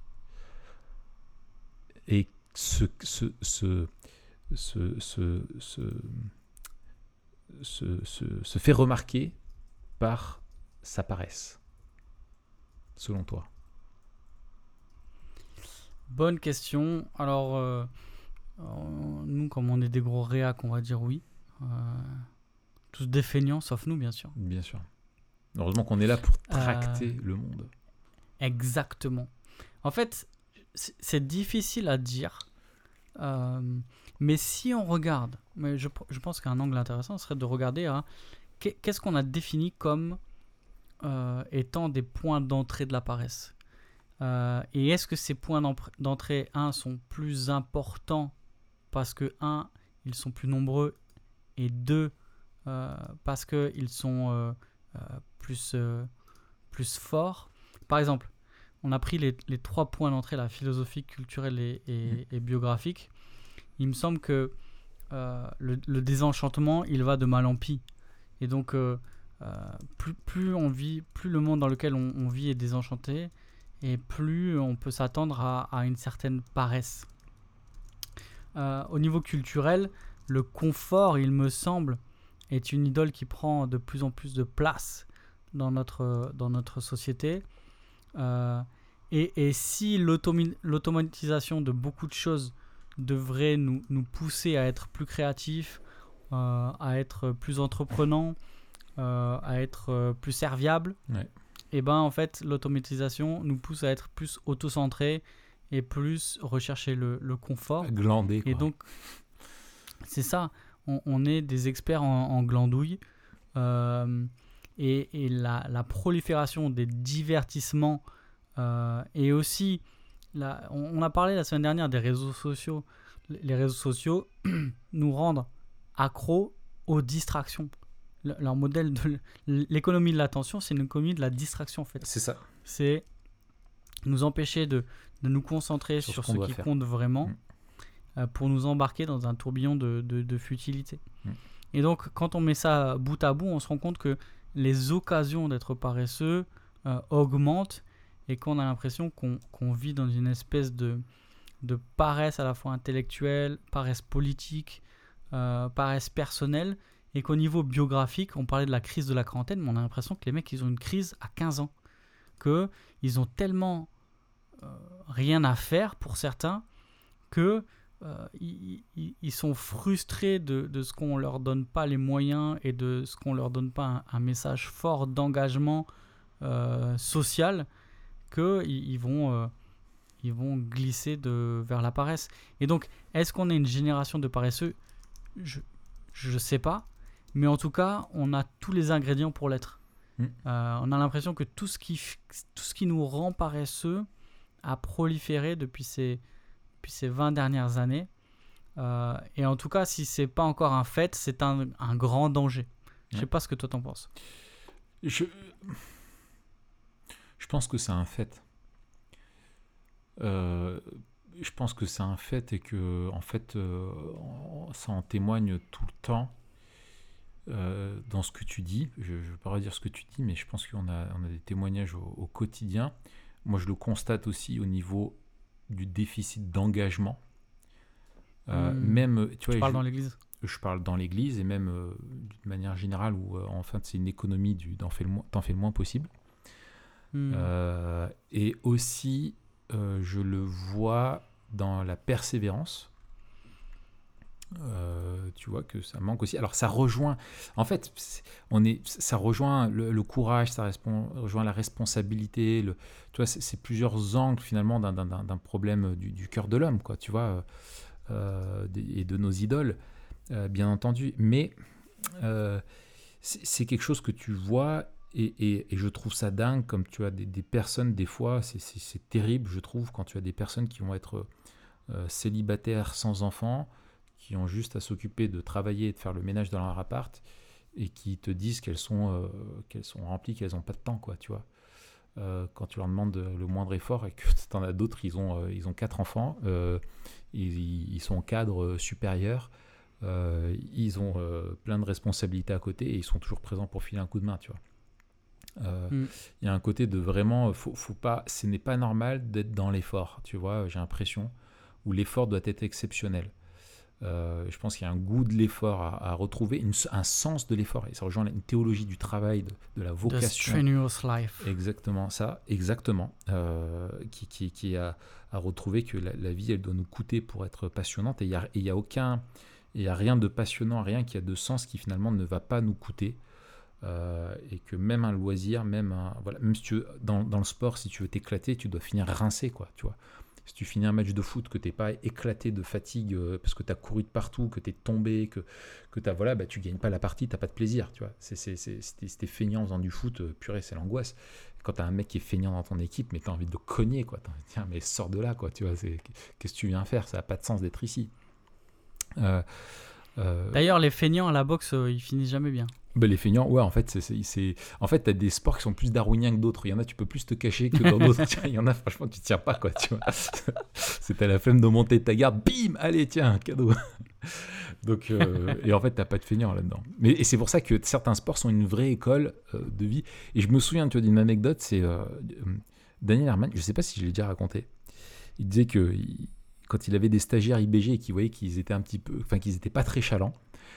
se fait remarquer par sa paresse, selon toi? Bonne question. Alors, nous, comme on est des gros réacs, on va dire oui. Tous des feignants, sauf nous, bien sûr. Bien sûr. Heureusement qu'on est là pour tracter le monde. Exactement. En fait, c'est difficile à dire. Mais si on regarde, je pense qu'un angle intéressant serait de regarder qu'est-ce qu'on a défini comme étant des points d'entrée de la paresse. Et est-ce que ces points d'entrée, sont plus importants parce que, ils sont plus nombreux, et 2, parce qu'ils sont plus forts. Par exemple, on a pris les 3 points d'entrée, la philosophique, culturelle et biographique. Il me semble que le désenchantement, il va de mal en pis. Et donc, plus le monde dans lequel on vit est désenchanté, et plus on peut s'attendre à une certaine paresse. Au niveau culturel, le confort, il me semble, est une idole qui prend de plus en plus de place dans notre société. Et si l'automatisation de beaucoup de choses devrait nous pousser à être plus créatifs, à être plus entreprenants, à être plus serviables, et ben en fait l'automatisation nous pousse à être plus auto-centrés et plus rechercher le confort. Glander, quoi. Et donc c'est ça, on est des experts en glandouille, et la prolifération des divertissements, et aussi on a parlé la semaine dernière des réseaux sociaux. Les réseaux sociaux nous rendent accros aux distractions. Leur modèle de l'économie de l'attention, c'est une économie de la distraction en fait. C'est ça. C'est nous empêcher de nous concentrer sur ce qui compte vraiment, pour nous embarquer dans un tourbillon de futilité. Et donc quand on met ça bout à bout, on se rend compte que les occasions d'être paresseux augmentent, et qu'on a l'impression qu'on vit dans une espèce de paresse à la fois intellectuelle, paresse politique, paresse personnelle, et qu'au niveau biographique, on parlait de la crise de la quarantaine, mais on a l'impression que les mecs, ils ont une crise à 15 ans, qu'ils ont tellement rien à faire pour certains, que ils sont frustrés de ce qu'on leur donne pas les moyens, et de ce qu'on leur donne pas un message fort d'engagement social, qu'ils vont glisser vers la paresse. Et donc, est-ce qu'on est une génération de paresseux ? Je sais pas, mais en tout cas, on a tous les ingrédients pour l'être. On a l'impression que tout ce qui nous rend paresseux a proliféré depuis ces 20 dernières années. Et en tout cas, si c'est pas encore un fait, c'est un grand danger. Je sais pas ce que toi t'en penses. Je pense que c'est un fait. Je pense que c'est un fait, et que en fait, ça en témoigne tout le temps dans ce que tu dis. Je ne veux pas redire ce que tu dis, mais je pense qu'on a des témoignages au quotidien. Moi, je le constate aussi au niveau du déficit d'engagement. Même, tu parles dans l'église ? Je parle dans l'église, et même d'une manière générale, où en fait, c'est une économie t'en fais le moins possible. Et aussi, je le vois dans la persévérance. Tu vois que ça manque aussi. Alors ça rejoint, en fait, ça rejoint le courage, ça rejoint la responsabilité. Tu vois, c'est plusieurs angles finalement d'un problème du cœur de l'homme, quoi. Tu vois, et de nos idoles, bien entendu. Mais c'est quelque chose que tu vois. Et je trouve ça dingue, comme tu as des personnes, des fois, c'est terrible, je trouve, quand tu as des personnes qui vont être célibataires, sans enfants, qui ont juste à s'occuper de travailler et de faire le ménage dans leur appart, et qui te disent qu'elles sont remplies, qu'elles n'ont pas de temps, quoi, tu vois. Quand tu leur demandes le moindre effort, et que tu en as d'autres, ils ont 4 enfants, ils sont cadres supérieurs, ils ont plein de responsabilités à côté, et ils sont toujours présents pour filer un coup de main, tu vois. Il y a un côté de vraiment, faut pas, ce n'est pas normal d'être dans l'effort, tu vois, j'ai l'impression, où l'effort doit être exceptionnel. Je pense qu'il y a un goût de l'effort à retrouver, un sens de l'effort, et ça rejoint une théologie du travail, de la vocation. The strenuous life. Exactement, ça, exactement, qui a à retrouver que la vie, elle doit nous coûter pour être passionnante, et il y a rien de passionnant, rien qui a de sens qui finalement ne va pas nous coûter. Et que même un loisir, même si tu veux, dans le sport, si tu veux t'éclater, tu dois finir rincé, quoi, tu vois. Si tu finis un match de foot, que tu n'es pas éclaté de fatigue parce que tu as couru de partout, que tu es tombé, que tu voilà, tu ne gagnes pas la partie, tu n'as pas de plaisir. Tu vois. Si tu es feignant en faisant du foot, purée, c'est l'angoisse. Quand tu as un mec qui est feignant dans ton équipe, mais tu as envie de le cogner. Tu as envie de dire, mais sors de là. Quoi, tu vois, qu'est-ce que tu viens faire? Ça n'a pas de sens d'être ici. D'ailleurs, les feignants à la boxe, ils finissent jamais bien. Les feignants, ouais, en fait, en fait, t'as des sports qui sont plus darwiniens que d'autres. Il y en a, tu peux plus te cacher que dans d'autres. Il y en a, franchement, tu tiens pas, quoi, tu vois. C'est à la flemme de monter ta garde, bim, allez, tiens, un cadeau. Donc, et en fait, t'as pas de feignants là-dedans. Et c'est pour ça que certains sports sont une vraie école de vie. Et je me souviens, tu vois, d'une anecdote, c'est Daniel Herman, je sais pas si je l'ai déjà raconté. Il disait que quand il avait des stagiaires IBG et qu'il voyait qu'ils étaient qu'ils étaient pas très chalants,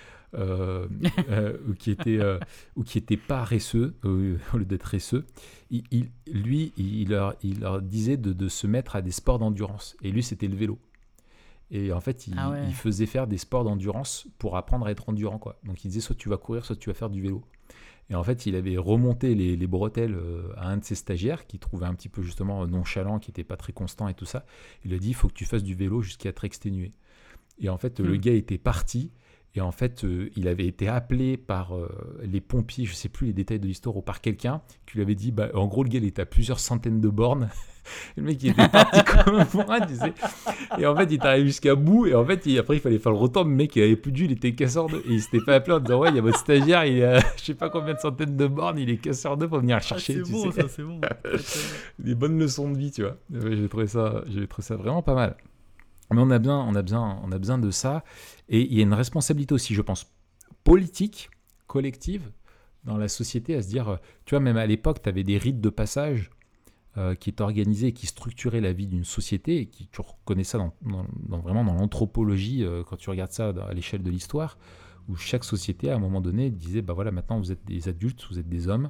ou qui étaient paresseux au lieu d'être resseux, il leur disait de se mettre à des sports d'endurance. Et lui, c'était le vélo. Et en fait, il faisait faire des sports d'endurance pour apprendre à être endurant, quoi. Donc il disait soit tu vas courir, soit tu vas faire du vélo. Et en fait, il avait remonté les bretelles à un de ses stagiaires qui trouvait un petit peu justement nonchalant, qui n'était pas très constant et tout ça. Il lui a dit, il faut que tu fasses du vélo jusqu'à être exténué. Et en fait, le gars était parti. Et en fait, il avait été appelé par les pompiers, je ne sais plus les détails de l'histoire, ou par quelqu'un qui lui avait dit, en gros, le gars, il était à plusieurs centaines de bornes. Le mec, il était parti comme un bourrin, tu sais. Et en fait, il est arrivé jusqu'à bout. Et en fait, après, il fallait faire le retour. Le mec, il avait plus d'huile, il était casseur d'œufs. Et il s'était fait appeler en disant, ouais, il y a votre stagiaire, il a je sais pas combien de centaines de bornes, il est casseur d'œufs pour venir le chercher. C'est bon, ça, c'est bon. Des bonnes leçons de vie, tu vois. J'ai trouvé ça vraiment pas mal. Mais on a besoin de ça. Et il y a une responsabilité aussi, je pense, politique, collective, dans la société, à se dire, tu vois, même à l'époque, tu avais des rites de passage qui étaient organisés, qui structuraient la vie d'une société, et tu reconnais ça vraiment dans l'anthropologie, quand tu regardes ça à l'échelle de l'histoire, où chaque société, à un moment donné, disait, voilà, maintenant, vous êtes des adultes, vous êtes des hommes,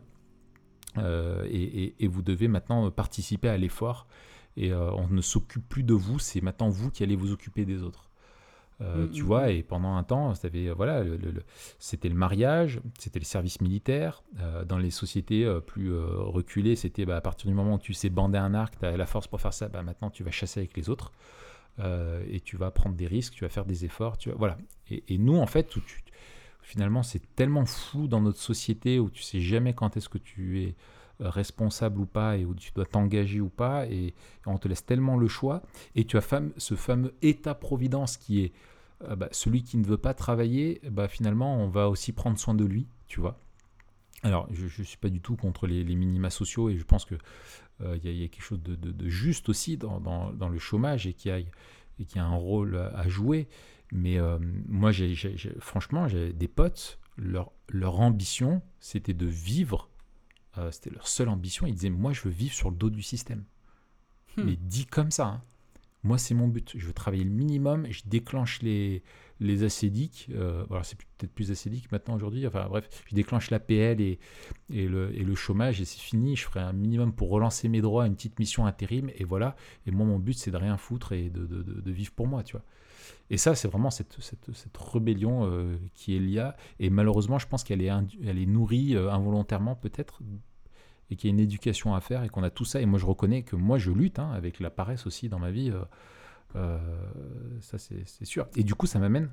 et vous devez maintenant participer à l'effort. Et on ne s'occupe plus de vous, c'est maintenant vous qui allez vous occuper des autres. Tu vois, et pendant un temps, c'était le mariage, c'était le service militaire. Dans les sociétés plus reculées, c'était à partir du moment où tu sais bander un arc, tu as la force pour faire ça, maintenant tu vas chasser avec les autres. Et tu vas prendre des risques, tu vas faire des efforts. Voilà. Et nous, en fait, finalement, c'est tellement flou dans notre société où tu sais jamais quand est-ce que tu es responsable ou pas, et où tu dois t'engager ou pas, et on te laisse tellement le choix, et tu as ce fameux état-providence qui est celui qui ne veut pas travailler, finalement on va aussi prendre soin de lui, tu vois. Alors je ne suis pas du tout contre les minima sociaux, et je pense que y a quelque chose de juste aussi dans le chômage, et qui a un rôle à jouer, mais moi franchement j'ai des potes, leur ambition c'était de vivre. C'était leur seule ambition. Ils disaient, moi, je veux vivre sur le dos du système. Mais dit comme ça. Hein. Moi, c'est mon but. Je veux travailler le minimum. Je déclenche les acédiques. Alors, c'est peut-être plus acédique maintenant aujourd'hui. Enfin, bref, je déclenche l'APL et le chômage, et c'est fini. Je ferai un minimum pour relancer mes droits, une petite mission intérim. Et voilà. Et moi, mon but, c'est de rien foutre et de vivre pour moi, tu vois. Et ça, c'est vraiment cette rébellion qui est l'IA. Et malheureusement, je pense qu'elle est nourrie involontairement peut-être, et qu'il y a une éducation à faire, et qu'on a tout ça. Et moi, je reconnais que moi, je lutte avec la paresse aussi dans ma vie. Ça, c'est sûr. Et du coup, ça m'amène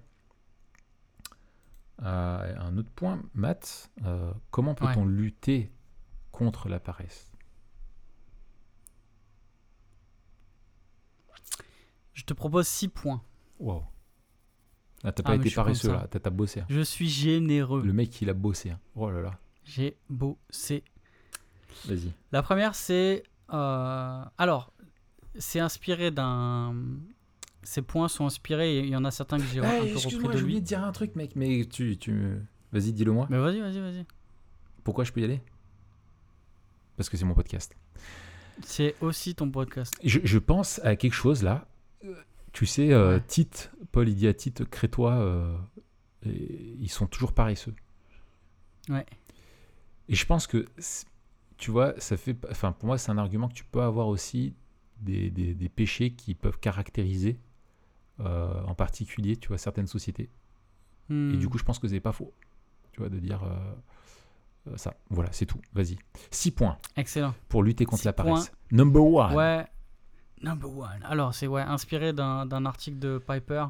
à un autre point. Matt, comment peut-on lutter contre la paresse ? Je te propose 6 points. Wow. Ah, t'as pas été paresseux là, t'as bossé. Hein. Je suis généreux. Le mec, il a bossé. Hein. Oh là là. J'ai bossé. Vas-y. La première, c'est... alors, c'est inspiré d'un... Ces points sont inspirés, il y en a certains que j'ai un peu repris de lui. Excuse-moi, j'ai oublié de dire un truc, mec, mais Vas-y, dis-le-moi. Mais vas-y. Pourquoi je peux y aller ? Parce que c'est mon podcast. C'est aussi ton podcast. Je pense à quelque chose là. Tu sais, Tite, Paul, il dit à Tite, crée-toi, ils sont toujours paresseux. Ouais. Et je pense que, tu vois, pour moi, c'est un argument que tu peux avoir aussi des péchés qui peuvent caractériser, en particulier, tu vois, certaines sociétés. Et du coup, je pense que c'est pas faux, tu vois, de dire ça. Voilà, c'est tout. Vas-y. 6 points. Excellent. Pour lutter contre la paresse. Number 1. Ouais. Number one. Alors, c'est inspiré d'un article de Piper.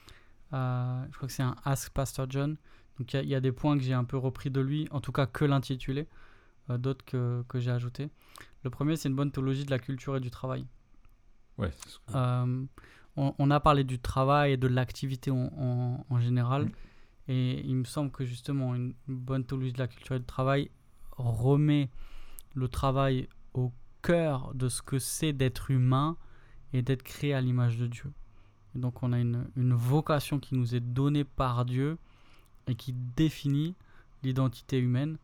Je crois que c'est un Ask Pastor John. Donc, il y a des points que j'ai un peu repris de lui, en tout cas que l'intitulé. D'autres que j'ai ajoutés. Le premier, c'est une bonne théologie de la culture et du travail. Ouais, c'est ce que... On a parlé du travail et de l'activité en général. Et il me semble que justement, une bonne théologie de la culture et du travail remet le travail au cœur de ce que c'est d'être humain et d'être créé à l'image de Dieu. Et donc on a une vocation qui nous est donnée par Dieu et qui définit l'identité humaine.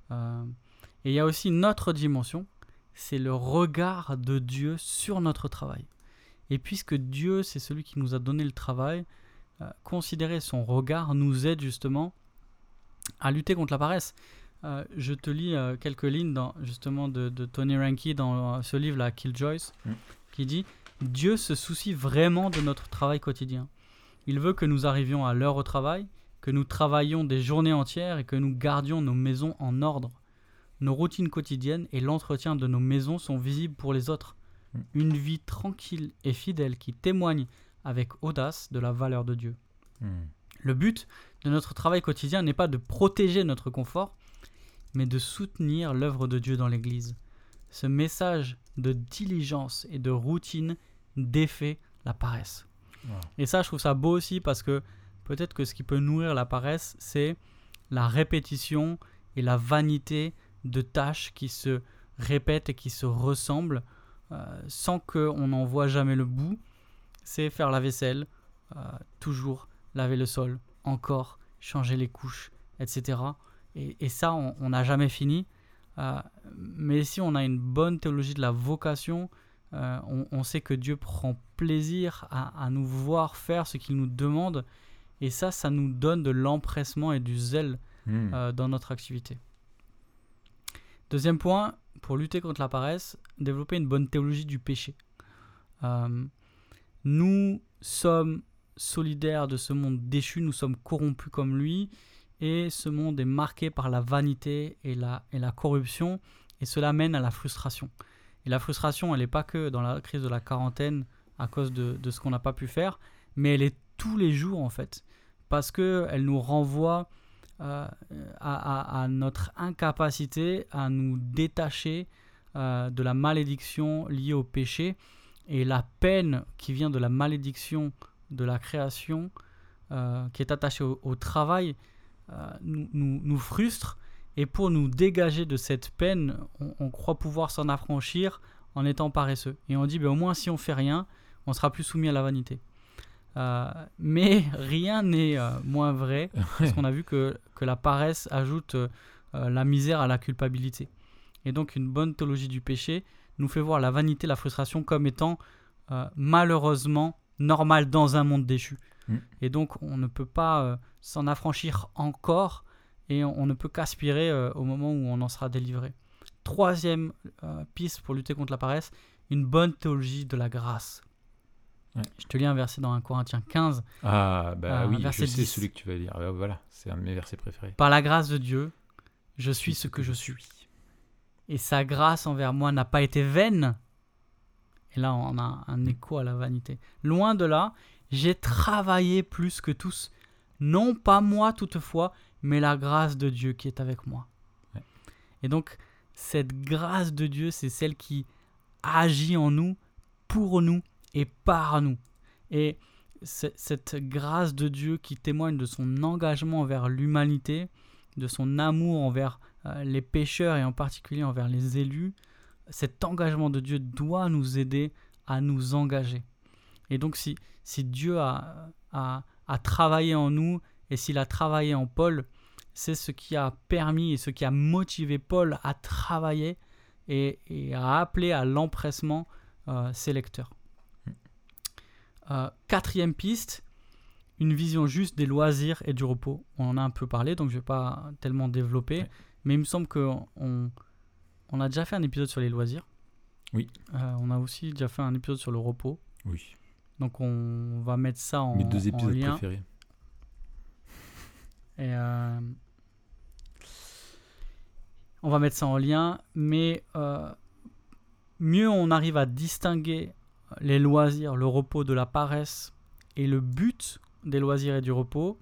Et il y a aussi une autre dimension, c'est le regard de Dieu sur notre travail. Et puisque Dieu, c'est celui qui nous a donné le travail, considérer son regard nous aide justement à lutter contre la paresse. Je te lis quelques lignes justement de Tony Reinke dans ce livre-là, Killjoys, qui dit « Dieu se soucie vraiment de notre travail quotidien. Il veut que nous arrivions à l'heure au travail, que nous travaillions des journées entières et que nous gardions nos maisons en ordre. Nos routines quotidiennes et l'entretien de nos maisons sont visibles pour les autres. Une vie tranquille et fidèle qui témoigne avec audace de la valeur de Dieu. Le but de notre travail quotidien n'est pas de protéger notre confort, mais de soutenir l'œuvre de Dieu dans l'Église. Ce message de diligence et de routine défait la paresse. Wow. Et ça, je trouve ça beau aussi parce que peut-être que ce qui peut nourrir la paresse, c'est la répétition et la vanité de tâches qui se répètent et qui se ressemblent sans qu'on n'en voit jamais le bout. C'est faire la vaisselle, toujours laver le sol, encore changer les couches, etc. Et ça, on n'a jamais fini. Mais si on a une bonne théologie de la vocation, on sait que Dieu prend plaisir à nous voir faire ce qu'il nous demande. Et ça nous donne de l'empressement et du zèle dans notre activité. Deuxième point, pour lutter contre la paresse, développer une bonne théologie du péché. Nous sommes solidaires de ce monde déchu, nous sommes corrompus comme lui, et ce monde est marqué par la vanité et la corruption, et cela mène à la frustration. Et la frustration, elle n'est pas que dans la crise de la quarantaine à cause de ce qu'on n'a pas pu faire, mais elle est tous les jours en fait, parce qu'elle nous renvoie à notre incapacité à nous détacher de la malédiction liée au péché, et la peine qui vient de la malédiction de la création qui est attachée au travail nous frustre, et pour nous dégager de cette peine, on croit pouvoir s'en affranchir en étant paresseux, et on dit au moins si on fait rien, on sera plus soumis à la vanité. Mais rien n'est moins vrai, parce qu'on a vu que la paresse ajoute la misère à la culpabilité. Et donc une bonne théologie du péché nous fait voir la vanité, la frustration comme étant malheureusement normal dans un monde déchu. Et donc on ne peut pas s'en affranchir encore, et on ne peut qu'aspirer au moment où on en sera délivré. Troisième piste pour lutter contre la paresse, une bonne théologie de la grâce. Ouais. Je te lis un verset dans 1 Corinthiens 15. Ah, oui, je sais 10. Celui que tu vas lire. Voilà, c'est un de mes versets préférés. Par la grâce de Dieu, je suis ce que je suis. Et sa grâce envers moi n'a pas été vaine. Et là, on a un écho à la vanité. Loin de là, j'ai travaillé plus que tous. Non pas moi toutefois, mais la grâce de Dieu qui est avec moi. Ouais. Et donc, cette grâce de Dieu, c'est celle qui agit en nous, pour nous et par nous. Et cette grâce de Dieu qui témoigne de son engagement envers l'humanité, de son amour envers les pécheurs et en particulier envers les élus, cet engagement de Dieu doit nous aider à nous engager. Et donc si Dieu a travaillé en nous, et s'il a travaillé en Paul, c'est ce qui a permis et ce qui a motivé Paul à travailler et à appeler à l'empressement ses lecteurs. Quatrième piste, une vision juste des loisirs et du repos. On en a un peu parlé, donc je ne vais pas tellement développer, mais il me semble qu'on a déjà fait un épisode sur les loisirs. Oui. On a aussi déjà fait un épisode sur le repos. Oui. Donc on va mettre ça en lien. Mes 2 épisodes préférés. Et on va mettre ça en lien, mais mieux on arrive à distinguer les loisirs, le repos de la paresse et le but des loisirs et du repos,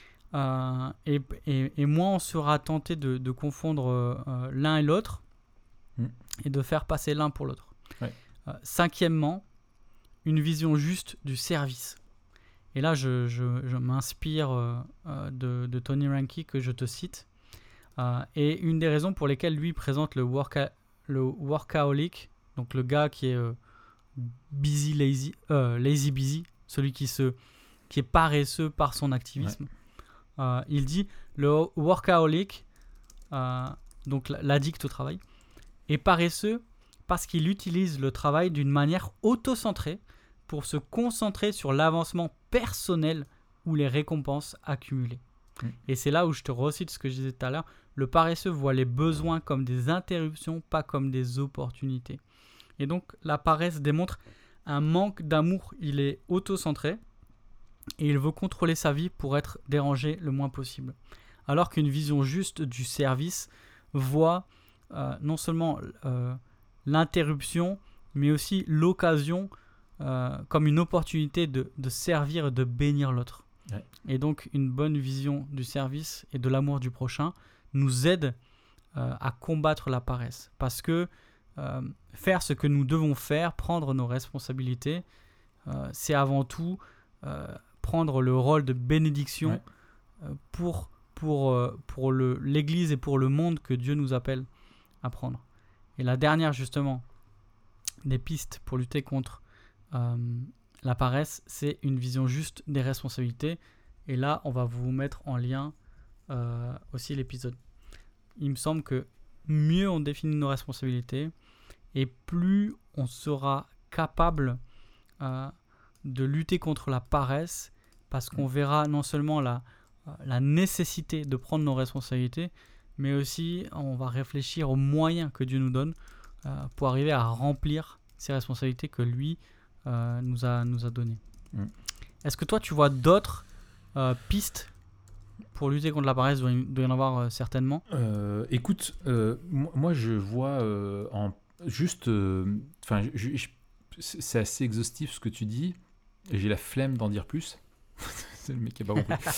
et moins on sera tenté de confondre l'un et l'autre et de faire passer l'un pour l'autre. Ouais. Cinquièmement, une vision juste du service. Et là, je m'inspire de Tony Reinke que je te cite. Et une des raisons pour lesquelles lui présente le workaholic, donc le gars qui est lazy busy, celui qui est paresseux par son activisme. Ouais. Il dit le workaholic, donc l'addict au travail, est paresseux parce qu'il utilise le travail d'une manière auto-centrée pour se concentrer sur l'avancement personnel ou les récompenses accumulées. Et c'est là où je te recite ce que je disais tout à l'heure. Le paresseux voit les besoins comme des interruptions, pas comme des opportunités. Et donc, la paresse démontre un manque d'amour. Il est auto-centré et il veut contrôler sa vie pour être dérangé le moins possible. Alors qu'une vision juste du service voit non seulement l'interruption, mais aussi l'occasion comme une opportunité de servir et de bénir l'autre. Ouais. Et donc, une bonne vision du service et de l'amour du prochain nous aide à combattre la paresse. Parce que faire ce que nous devons faire, prendre nos responsabilités, c'est avant tout prendre le rôle de bénédiction pour l'Église et pour le monde que Dieu nous appelle à prendre. Et la dernière, justement, des pistes pour lutter contre la paresse, c'est une vision juste des responsabilités. Et là, on va vous mettre en lien aussi l'épisode. Il me semble que mieux on définit nos responsabilités et plus on sera capable de lutter contre la paresse, parce qu'on verra non seulement la nécessité de prendre nos responsabilités, mais aussi on va réfléchir aux moyens que Dieu nous donne pour arriver à remplir ces responsabilités que lui nous a données. Est-ce que toi tu vois d'autres pistes pour lutter contre la paresse? Il doit y en avoir certainement. Écoute, moi je vois c'est assez exhaustif ce que tu dis, et j'ai la flemme d'en dire plus. C'est le mec qui n'a pas compris.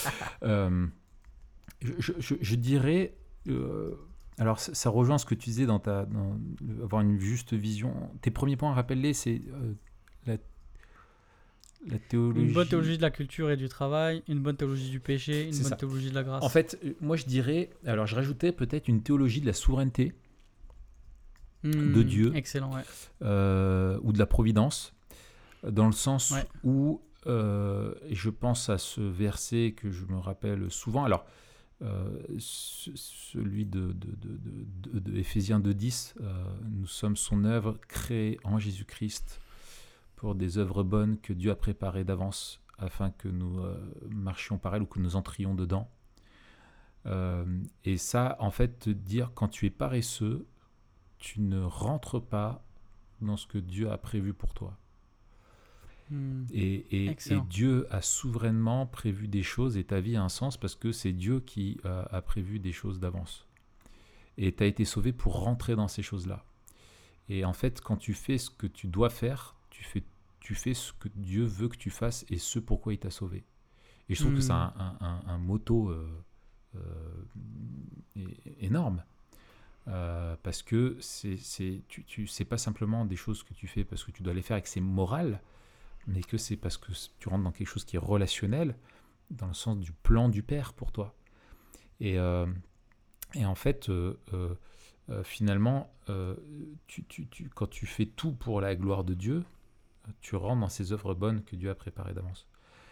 Je dirais, alors ça rejoint ce que tu disais dans avoir une juste vision. Tes premiers points, rappelle-les, c'est la théologie. Une bonne théologie de la culture et du travail, une bonne théologie du péché, une bonne théologie de la grâce. En fait, moi je dirais, alors je rajoutais peut-être une théologie de la souveraineté de Dieu. Excellent, ouais. Ou de la providence, dans le sens où, et je pense à ce verset que je me rappelle souvent, alors celui de Éphésiens 2:10, nous sommes son œuvre créée en Jésus-Christ pour des œuvres bonnes que Dieu a préparées d'avance afin que nous marchions par elles ou que nous entrions dedans. Et ça, en fait, te dire, quand tu es paresseux, tu ne rentres pas dans ce que Dieu a prévu pour toi. Et Dieu a souverainement prévu des choses, et ta vie a un sens parce que c'est Dieu qui a prévu des choses d'avance. Et tu as été sauvé pour rentrer dans ces choses-là. Et en fait, quand tu fais ce que tu dois faire, tu fais ce que Dieu veut que tu fasses et ce pourquoi il t'a sauvé. Et je trouve que c'est un motto énorme. Parce que c'est pas simplement des choses que tu fais parce que tu dois les faire et que c'est moral, mais que c'est parce que tu rentres dans quelque chose qui est relationnel, dans le sens du plan du Père pour toi. Et en fait, finalement, quand tu fais tout pour la gloire de Dieu, tu rentres dans ces œuvres bonnes que Dieu a préparées d'avance.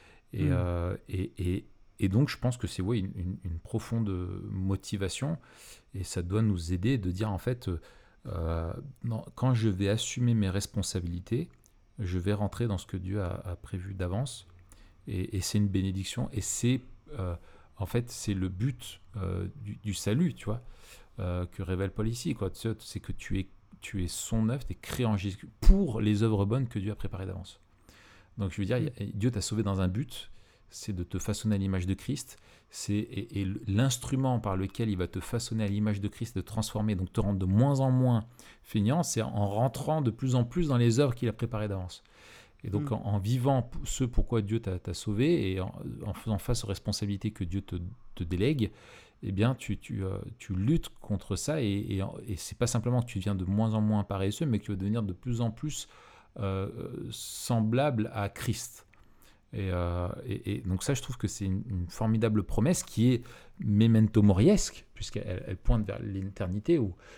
Et donc, je pense que c'est une profonde motivation, et ça doit nous aider de dire, en fait, quand je vais assumer mes responsabilités, je vais rentrer dans ce que Dieu a prévu d'avance, et c'est une bénédiction, et c'est, en fait, c'est le but du salut, tu vois, que révèle Paul ici, quoi. C'est que tu es son œuvre, tu es créé en Jésus pour les œuvres bonnes que Dieu a préparées d'avance. Donc, je veux dire, Dieu t'a sauvé dans un but, c'est de te façonner à l'image de Christ. Et l'instrument par lequel il va te façonner à l'image de Christ, de te transformer, donc te rendre de moins en moins feignant, c'est en rentrant de plus en plus dans les œuvres qu'il a préparées d'avance. Et donc en vivant ce pourquoi Dieu t'a sauvé et en faisant face aux responsabilités que Dieu te délègue, eh bien tu luttes contre ça et c'est pas simplement que tu deviens de moins en moins paresseux, mais que tu vas devenir de plus en plus semblable à Christ. Et donc ça, je trouve que c'est une formidable promesse qui est memento moriesque, puisqu'elle pointe vers l'éternité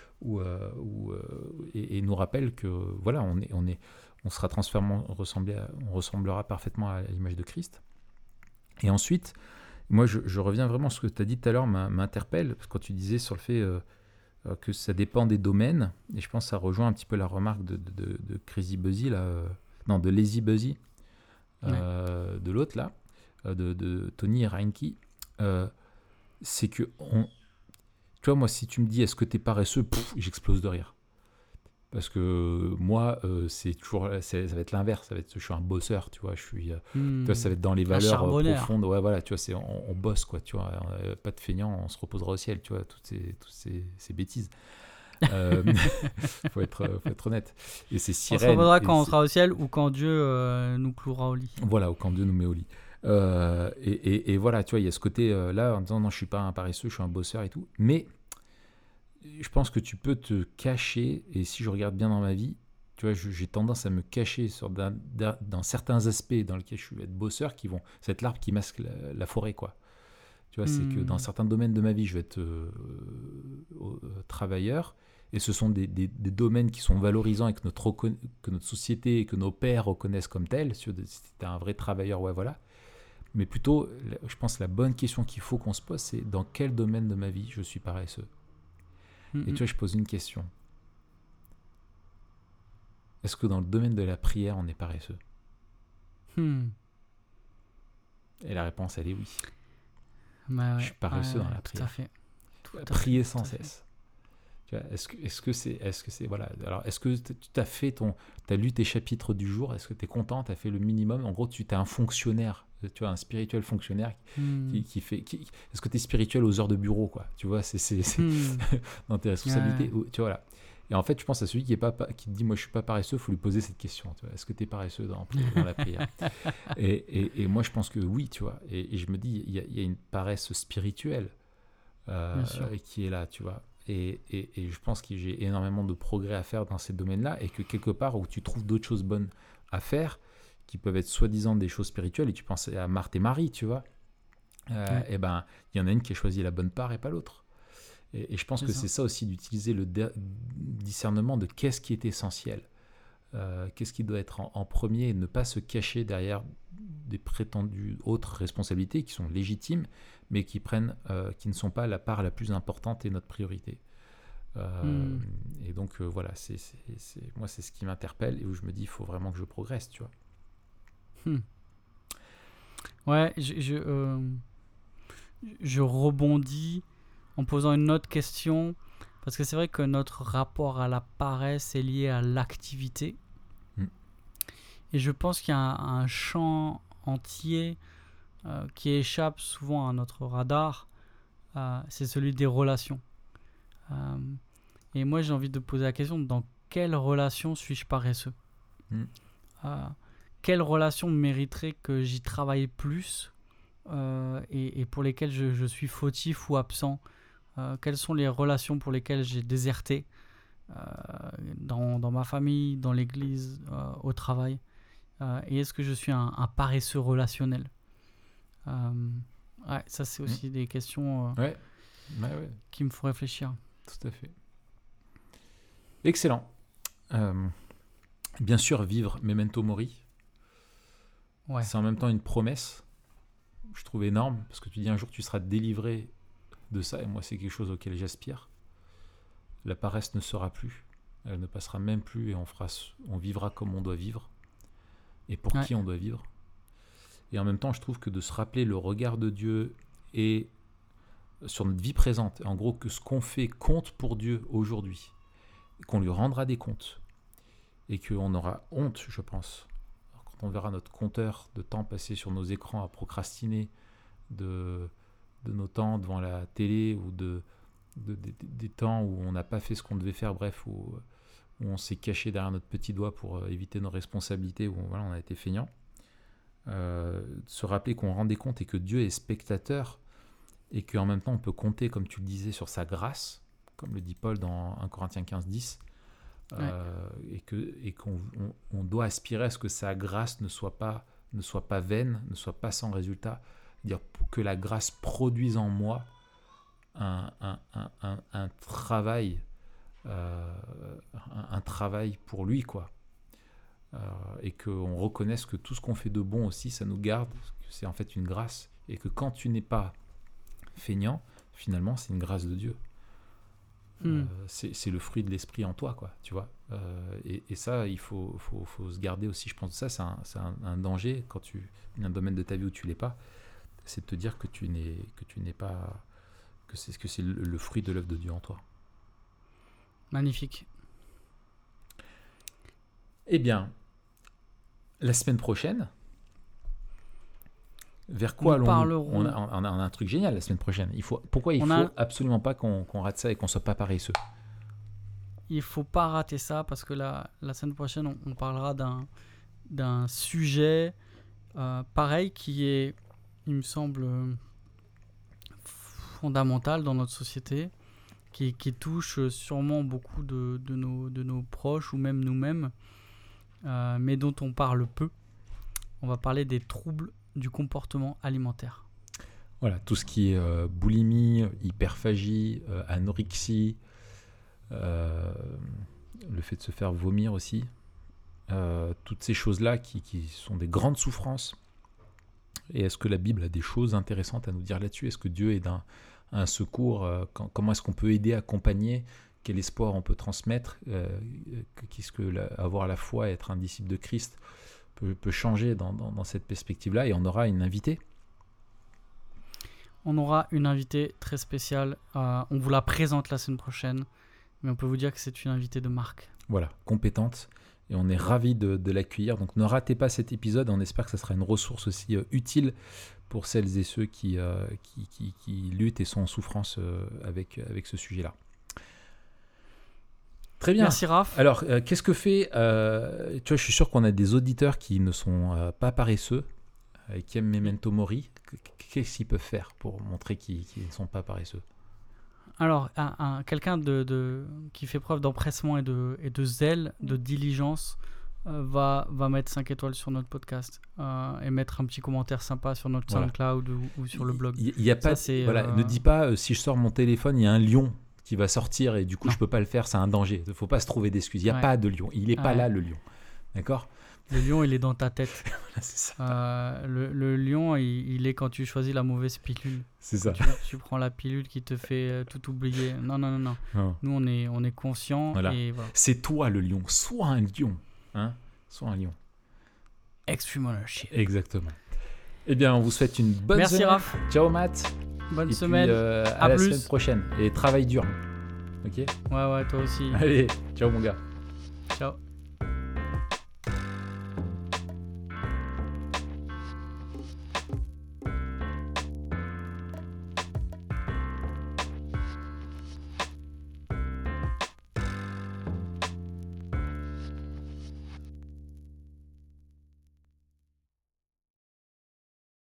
et nous rappelle que voilà, on sera transformé, on ressemblera parfaitement à l'image de Christ. Et ensuite, moi, je reviens vraiment à ce que tu as dit tout à l'heure, m'interpelle, parce que quand tu disais sur le fait que ça dépend des domaines, et je pense que ça rejoint un petit peu la remarque de Crazy Buzzy, de Lazy Buzzy, de l'autre là, de Tony Reinke, c'est que tu vois, moi, si tu me dis est-ce que t'es paresseux, j'explose de rire. Parce que moi, ça va être l'inverse. Ça va être, je suis un bosseur, tu vois. Tu vois, ça va être dans les valeurs profondes. Ouais, voilà, tu vois, on bosse, quoi. Tu vois, pas de feignant, on se reposera au ciel, tu vois. Toutes ces bêtises. Faut être honnête. Et c'est sirène. On se reposera quand on sera au ciel ou quand Dieu nous clouera au lit. Voilà, ou quand Dieu nous met au lit. Et voilà, tu vois, il y a ce côté là en disant non, je suis pas un paresseux, je suis un bosseur et tout. Mais je pense que tu peux te cacher, et si je regarde bien dans ma vie, tu vois, j'ai tendance à me cacher dans certains aspects dans lesquels je vais être bosseur, c'est être l'arbre qui masque la forêt, quoi. Tu vois, c'est que dans certains domaines de ma vie, je vais être travailleur, et ce sont des domaines qui sont valorisants et que notre société et que nos pairs reconnaissent comme tels. Si tu es un vrai travailleur, ouais, voilà. Mais plutôt, je pense que la bonne question qu'il faut qu'on se pose, c'est dans quel domaine de ma vie je suis paresseux. Et tu vois, je pose une question. Est-ce que dans le domaine de la prière, on est paresseux ? Et la réponse, elle est oui. Bah ouais, je suis paresseux dans la prière. Tout à fait. Prier sans cesse. Tu vois, est-ce que c'est voilà. Alors, est-ce que tu as lu tes chapitres du jour ? Est-ce que tu es content ? Tu as fait le minimum ? En gros, tu es un fonctionnaire. Tu vois, un spirituel fonctionnaire qui fait. Est-ce que tu es spirituel aux heures de bureau, quoi ? Tu vois, c'est dans tes responsabilités. Ouais. Tu vois, voilà. Et en fait, je pense à celui qui te dit moi je suis pas paresseux, il faut lui poser cette question. Tu vois, est-ce que tu es paresseux dans la prière ? et moi, je pense que oui, tu vois. Et je me dis, il y a une paresse spirituelle qui est là, tu vois. Et je pense que j'ai énormément de progrès à faire dans ces domaines-là, et que quelque part où tu trouves d'autres choses bonnes à faire, qui peuvent être soi-disant des choses spirituelles, et tu penses à Marthe et Marie, tu vois, et ben il y en a une qui a choisi la bonne part et pas l'autre. Et je pense que c'est ça aussi, d'utiliser le discernement de qu'est-ce qui est essentiel, qu'est-ce qui doit être en premier, et ne pas se cacher derrière des prétendues autres responsabilités qui sont légitimes, mais qui ne sont pas la part la plus importante et notre priorité. Et donc voilà, moi c'est ce qui m'interpelle, et où je me dis il faut vraiment que je progresse, tu vois. Ouais, je rebondis en posant une autre question, parce que c'est vrai que notre rapport à la paresse est lié à l'activité. Et je pense qu'il y a un champ entier qui échappe souvent à notre radar, c'est celui des relations. Et moi, j'ai envie de poser la question, dans quelle relation suis-je paresseux ? Quelle relation mériterait que j'y travaille plus et pour lesquelles je suis fautif ou absent ? Quelles sont les relations pour lesquelles j'ai déserté dans ma famille, dans l'église, au travail ? Et est-ce que je suis un paresseux relationnel ? Ouais, ça c'est aussi des questions qui me font réfléchir. Tout à fait. Excellent. Bien sûr, vivre memento mori, c'est en même temps une promesse, je trouve énorme, parce que tu dis un jour tu seras délivré de ça, et moi c'est quelque chose auquel j'aspire. La paresse ne sera plus, elle ne passera même plus, et on vivra comme on doit vivre, et pour qui on doit vivre. Et en même temps, je trouve que de se rappeler le regard de Dieu et sur notre vie présente, en gros que ce qu'on fait compte pour Dieu aujourd'hui, qu'on lui rendra des comptes, et qu'on aura honte, je pense, quand on verra notre compteur de temps passé sur nos écrans à procrastiner de nos temps devant la télé ou des temps où on n'a pas fait ce qu'on devait faire, bref, où on s'est caché derrière notre petit doigt pour éviter nos responsabilités, où voilà, on a été feignant. Se rappeler qu'on rendait compte et que Dieu est spectateur et qu'en même temps on peut compter, comme tu le disais, sur sa grâce, comme le dit Paul dans 1 Corinthiens 15:10, et qu'on doit aspirer à ce que sa grâce ne soit pas vaine, ne soit pas sans résultat, dire que la grâce produise en moi un travail pour lui, quoi. Et qu'on reconnaisse que tout ce qu'on fait de bon aussi, ça nous garde, que c'est en fait une grâce, et que quand tu n'es pas feignant, finalement c'est une grâce de Dieu. C'est le fruit de l'esprit en toi, quoi, tu vois. Et ça, il faut se garder aussi, je pense. Ça, c'est un danger quand il y a un domaine de ta vie où tu l'es pas, c'est de te dire que tu n'es pas, que c'est le fruit de l'œuvre de Dieu en toi. Magnifique. Eh bien, la semaine prochaine, vers quoi allons-nous ? On a un truc génial la semaine prochaine. Pourquoi il faut absolument pas qu'on rate ça et qu'on soit pas paresseux ? Il faut pas rater ça parce que la semaine prochaine, on parlera d'un sujet pareil qui est, il me semble, fondamental dans notre société, qui touche sûrement beaucoup de nos proches ou même nous-mêmes, mais dont on parle peu. On va parler des troubles du comportement alimentaire. Voilà, tout ce qui est boulimie, hyperphagie, anorexie, le fait de se faire vomir aussi, toutes ces choses-là qui sont des grandes souffrances. Et est-ce que la Bible a des choses intéressantes à nous dire là-dessus ? Est-ce que Dieu est un secours ? Comment est-ce qu'on peut aider, accompagner ? Quel espoir on peut transmettre ? Qu'est-ce que avoir la foi et être un disciple de Christ peut changer dans cette perspective-là ? Et on aura une invitée. On aura une invitée très spéciale. On vous la présente la semaine prochaine. Mais on peut vous dire que c'est une invitée de marque. Voilà, compétente. Et on est ravis de l'accueillir. Donc ne ratez pas cet épisode. On espère que ça sera une ressource aussi utile pour celles et ceux qui luttent et sont en souffrance avec ce sujet-là. Très bien. Merci Raph. Alors, qu'est-ce que fait... tu vois, je suis sûr qu'on a des auditeurs qui ne sont pas paresseux, qui aiment Memento Mori. Qu'est-ce qu'ils peuvent faire pour montrer qu'ils ne sont pas paresseux ? Alors, quelqu'un qui fait preuve d'empressement et de zèle, de diligence, va mettre 5 étoiles sur notre podcast et mettre un petit commentaire sympa sur notre SoundCloud ou sur le blog. Il y a pas, ne dis pas si je sors mon téléphone, il y a un lion qui va sortir et du coup je peux pas le faire, c'est un danger. Il ne faut pas se trouver d'excuses. Il n'y a pas de lion. Il n'est pas là, le lion. D'accord ? Le lion, il est dans ta tête. Voilà, c'est ça. Le lion, il est quand tu choisis la mauvaise pilule. C'est ça. Tu prends la pilule qui te fait tout oublier. Non. Nous, on est conscients. Voilà. Et voilà. C'est toi le lion. Sois un lion. Hein ? Sois un lion. Extreme ownership. Exactement. Eh bien, on vous souhaite une bonne Merci, semaine. Raph. Ciao, Matt. Bonne semaine. À la semaine prochaine. Et travaille dur. Ok ? Ouais, toi aussi. Allez, ciao, mon gars.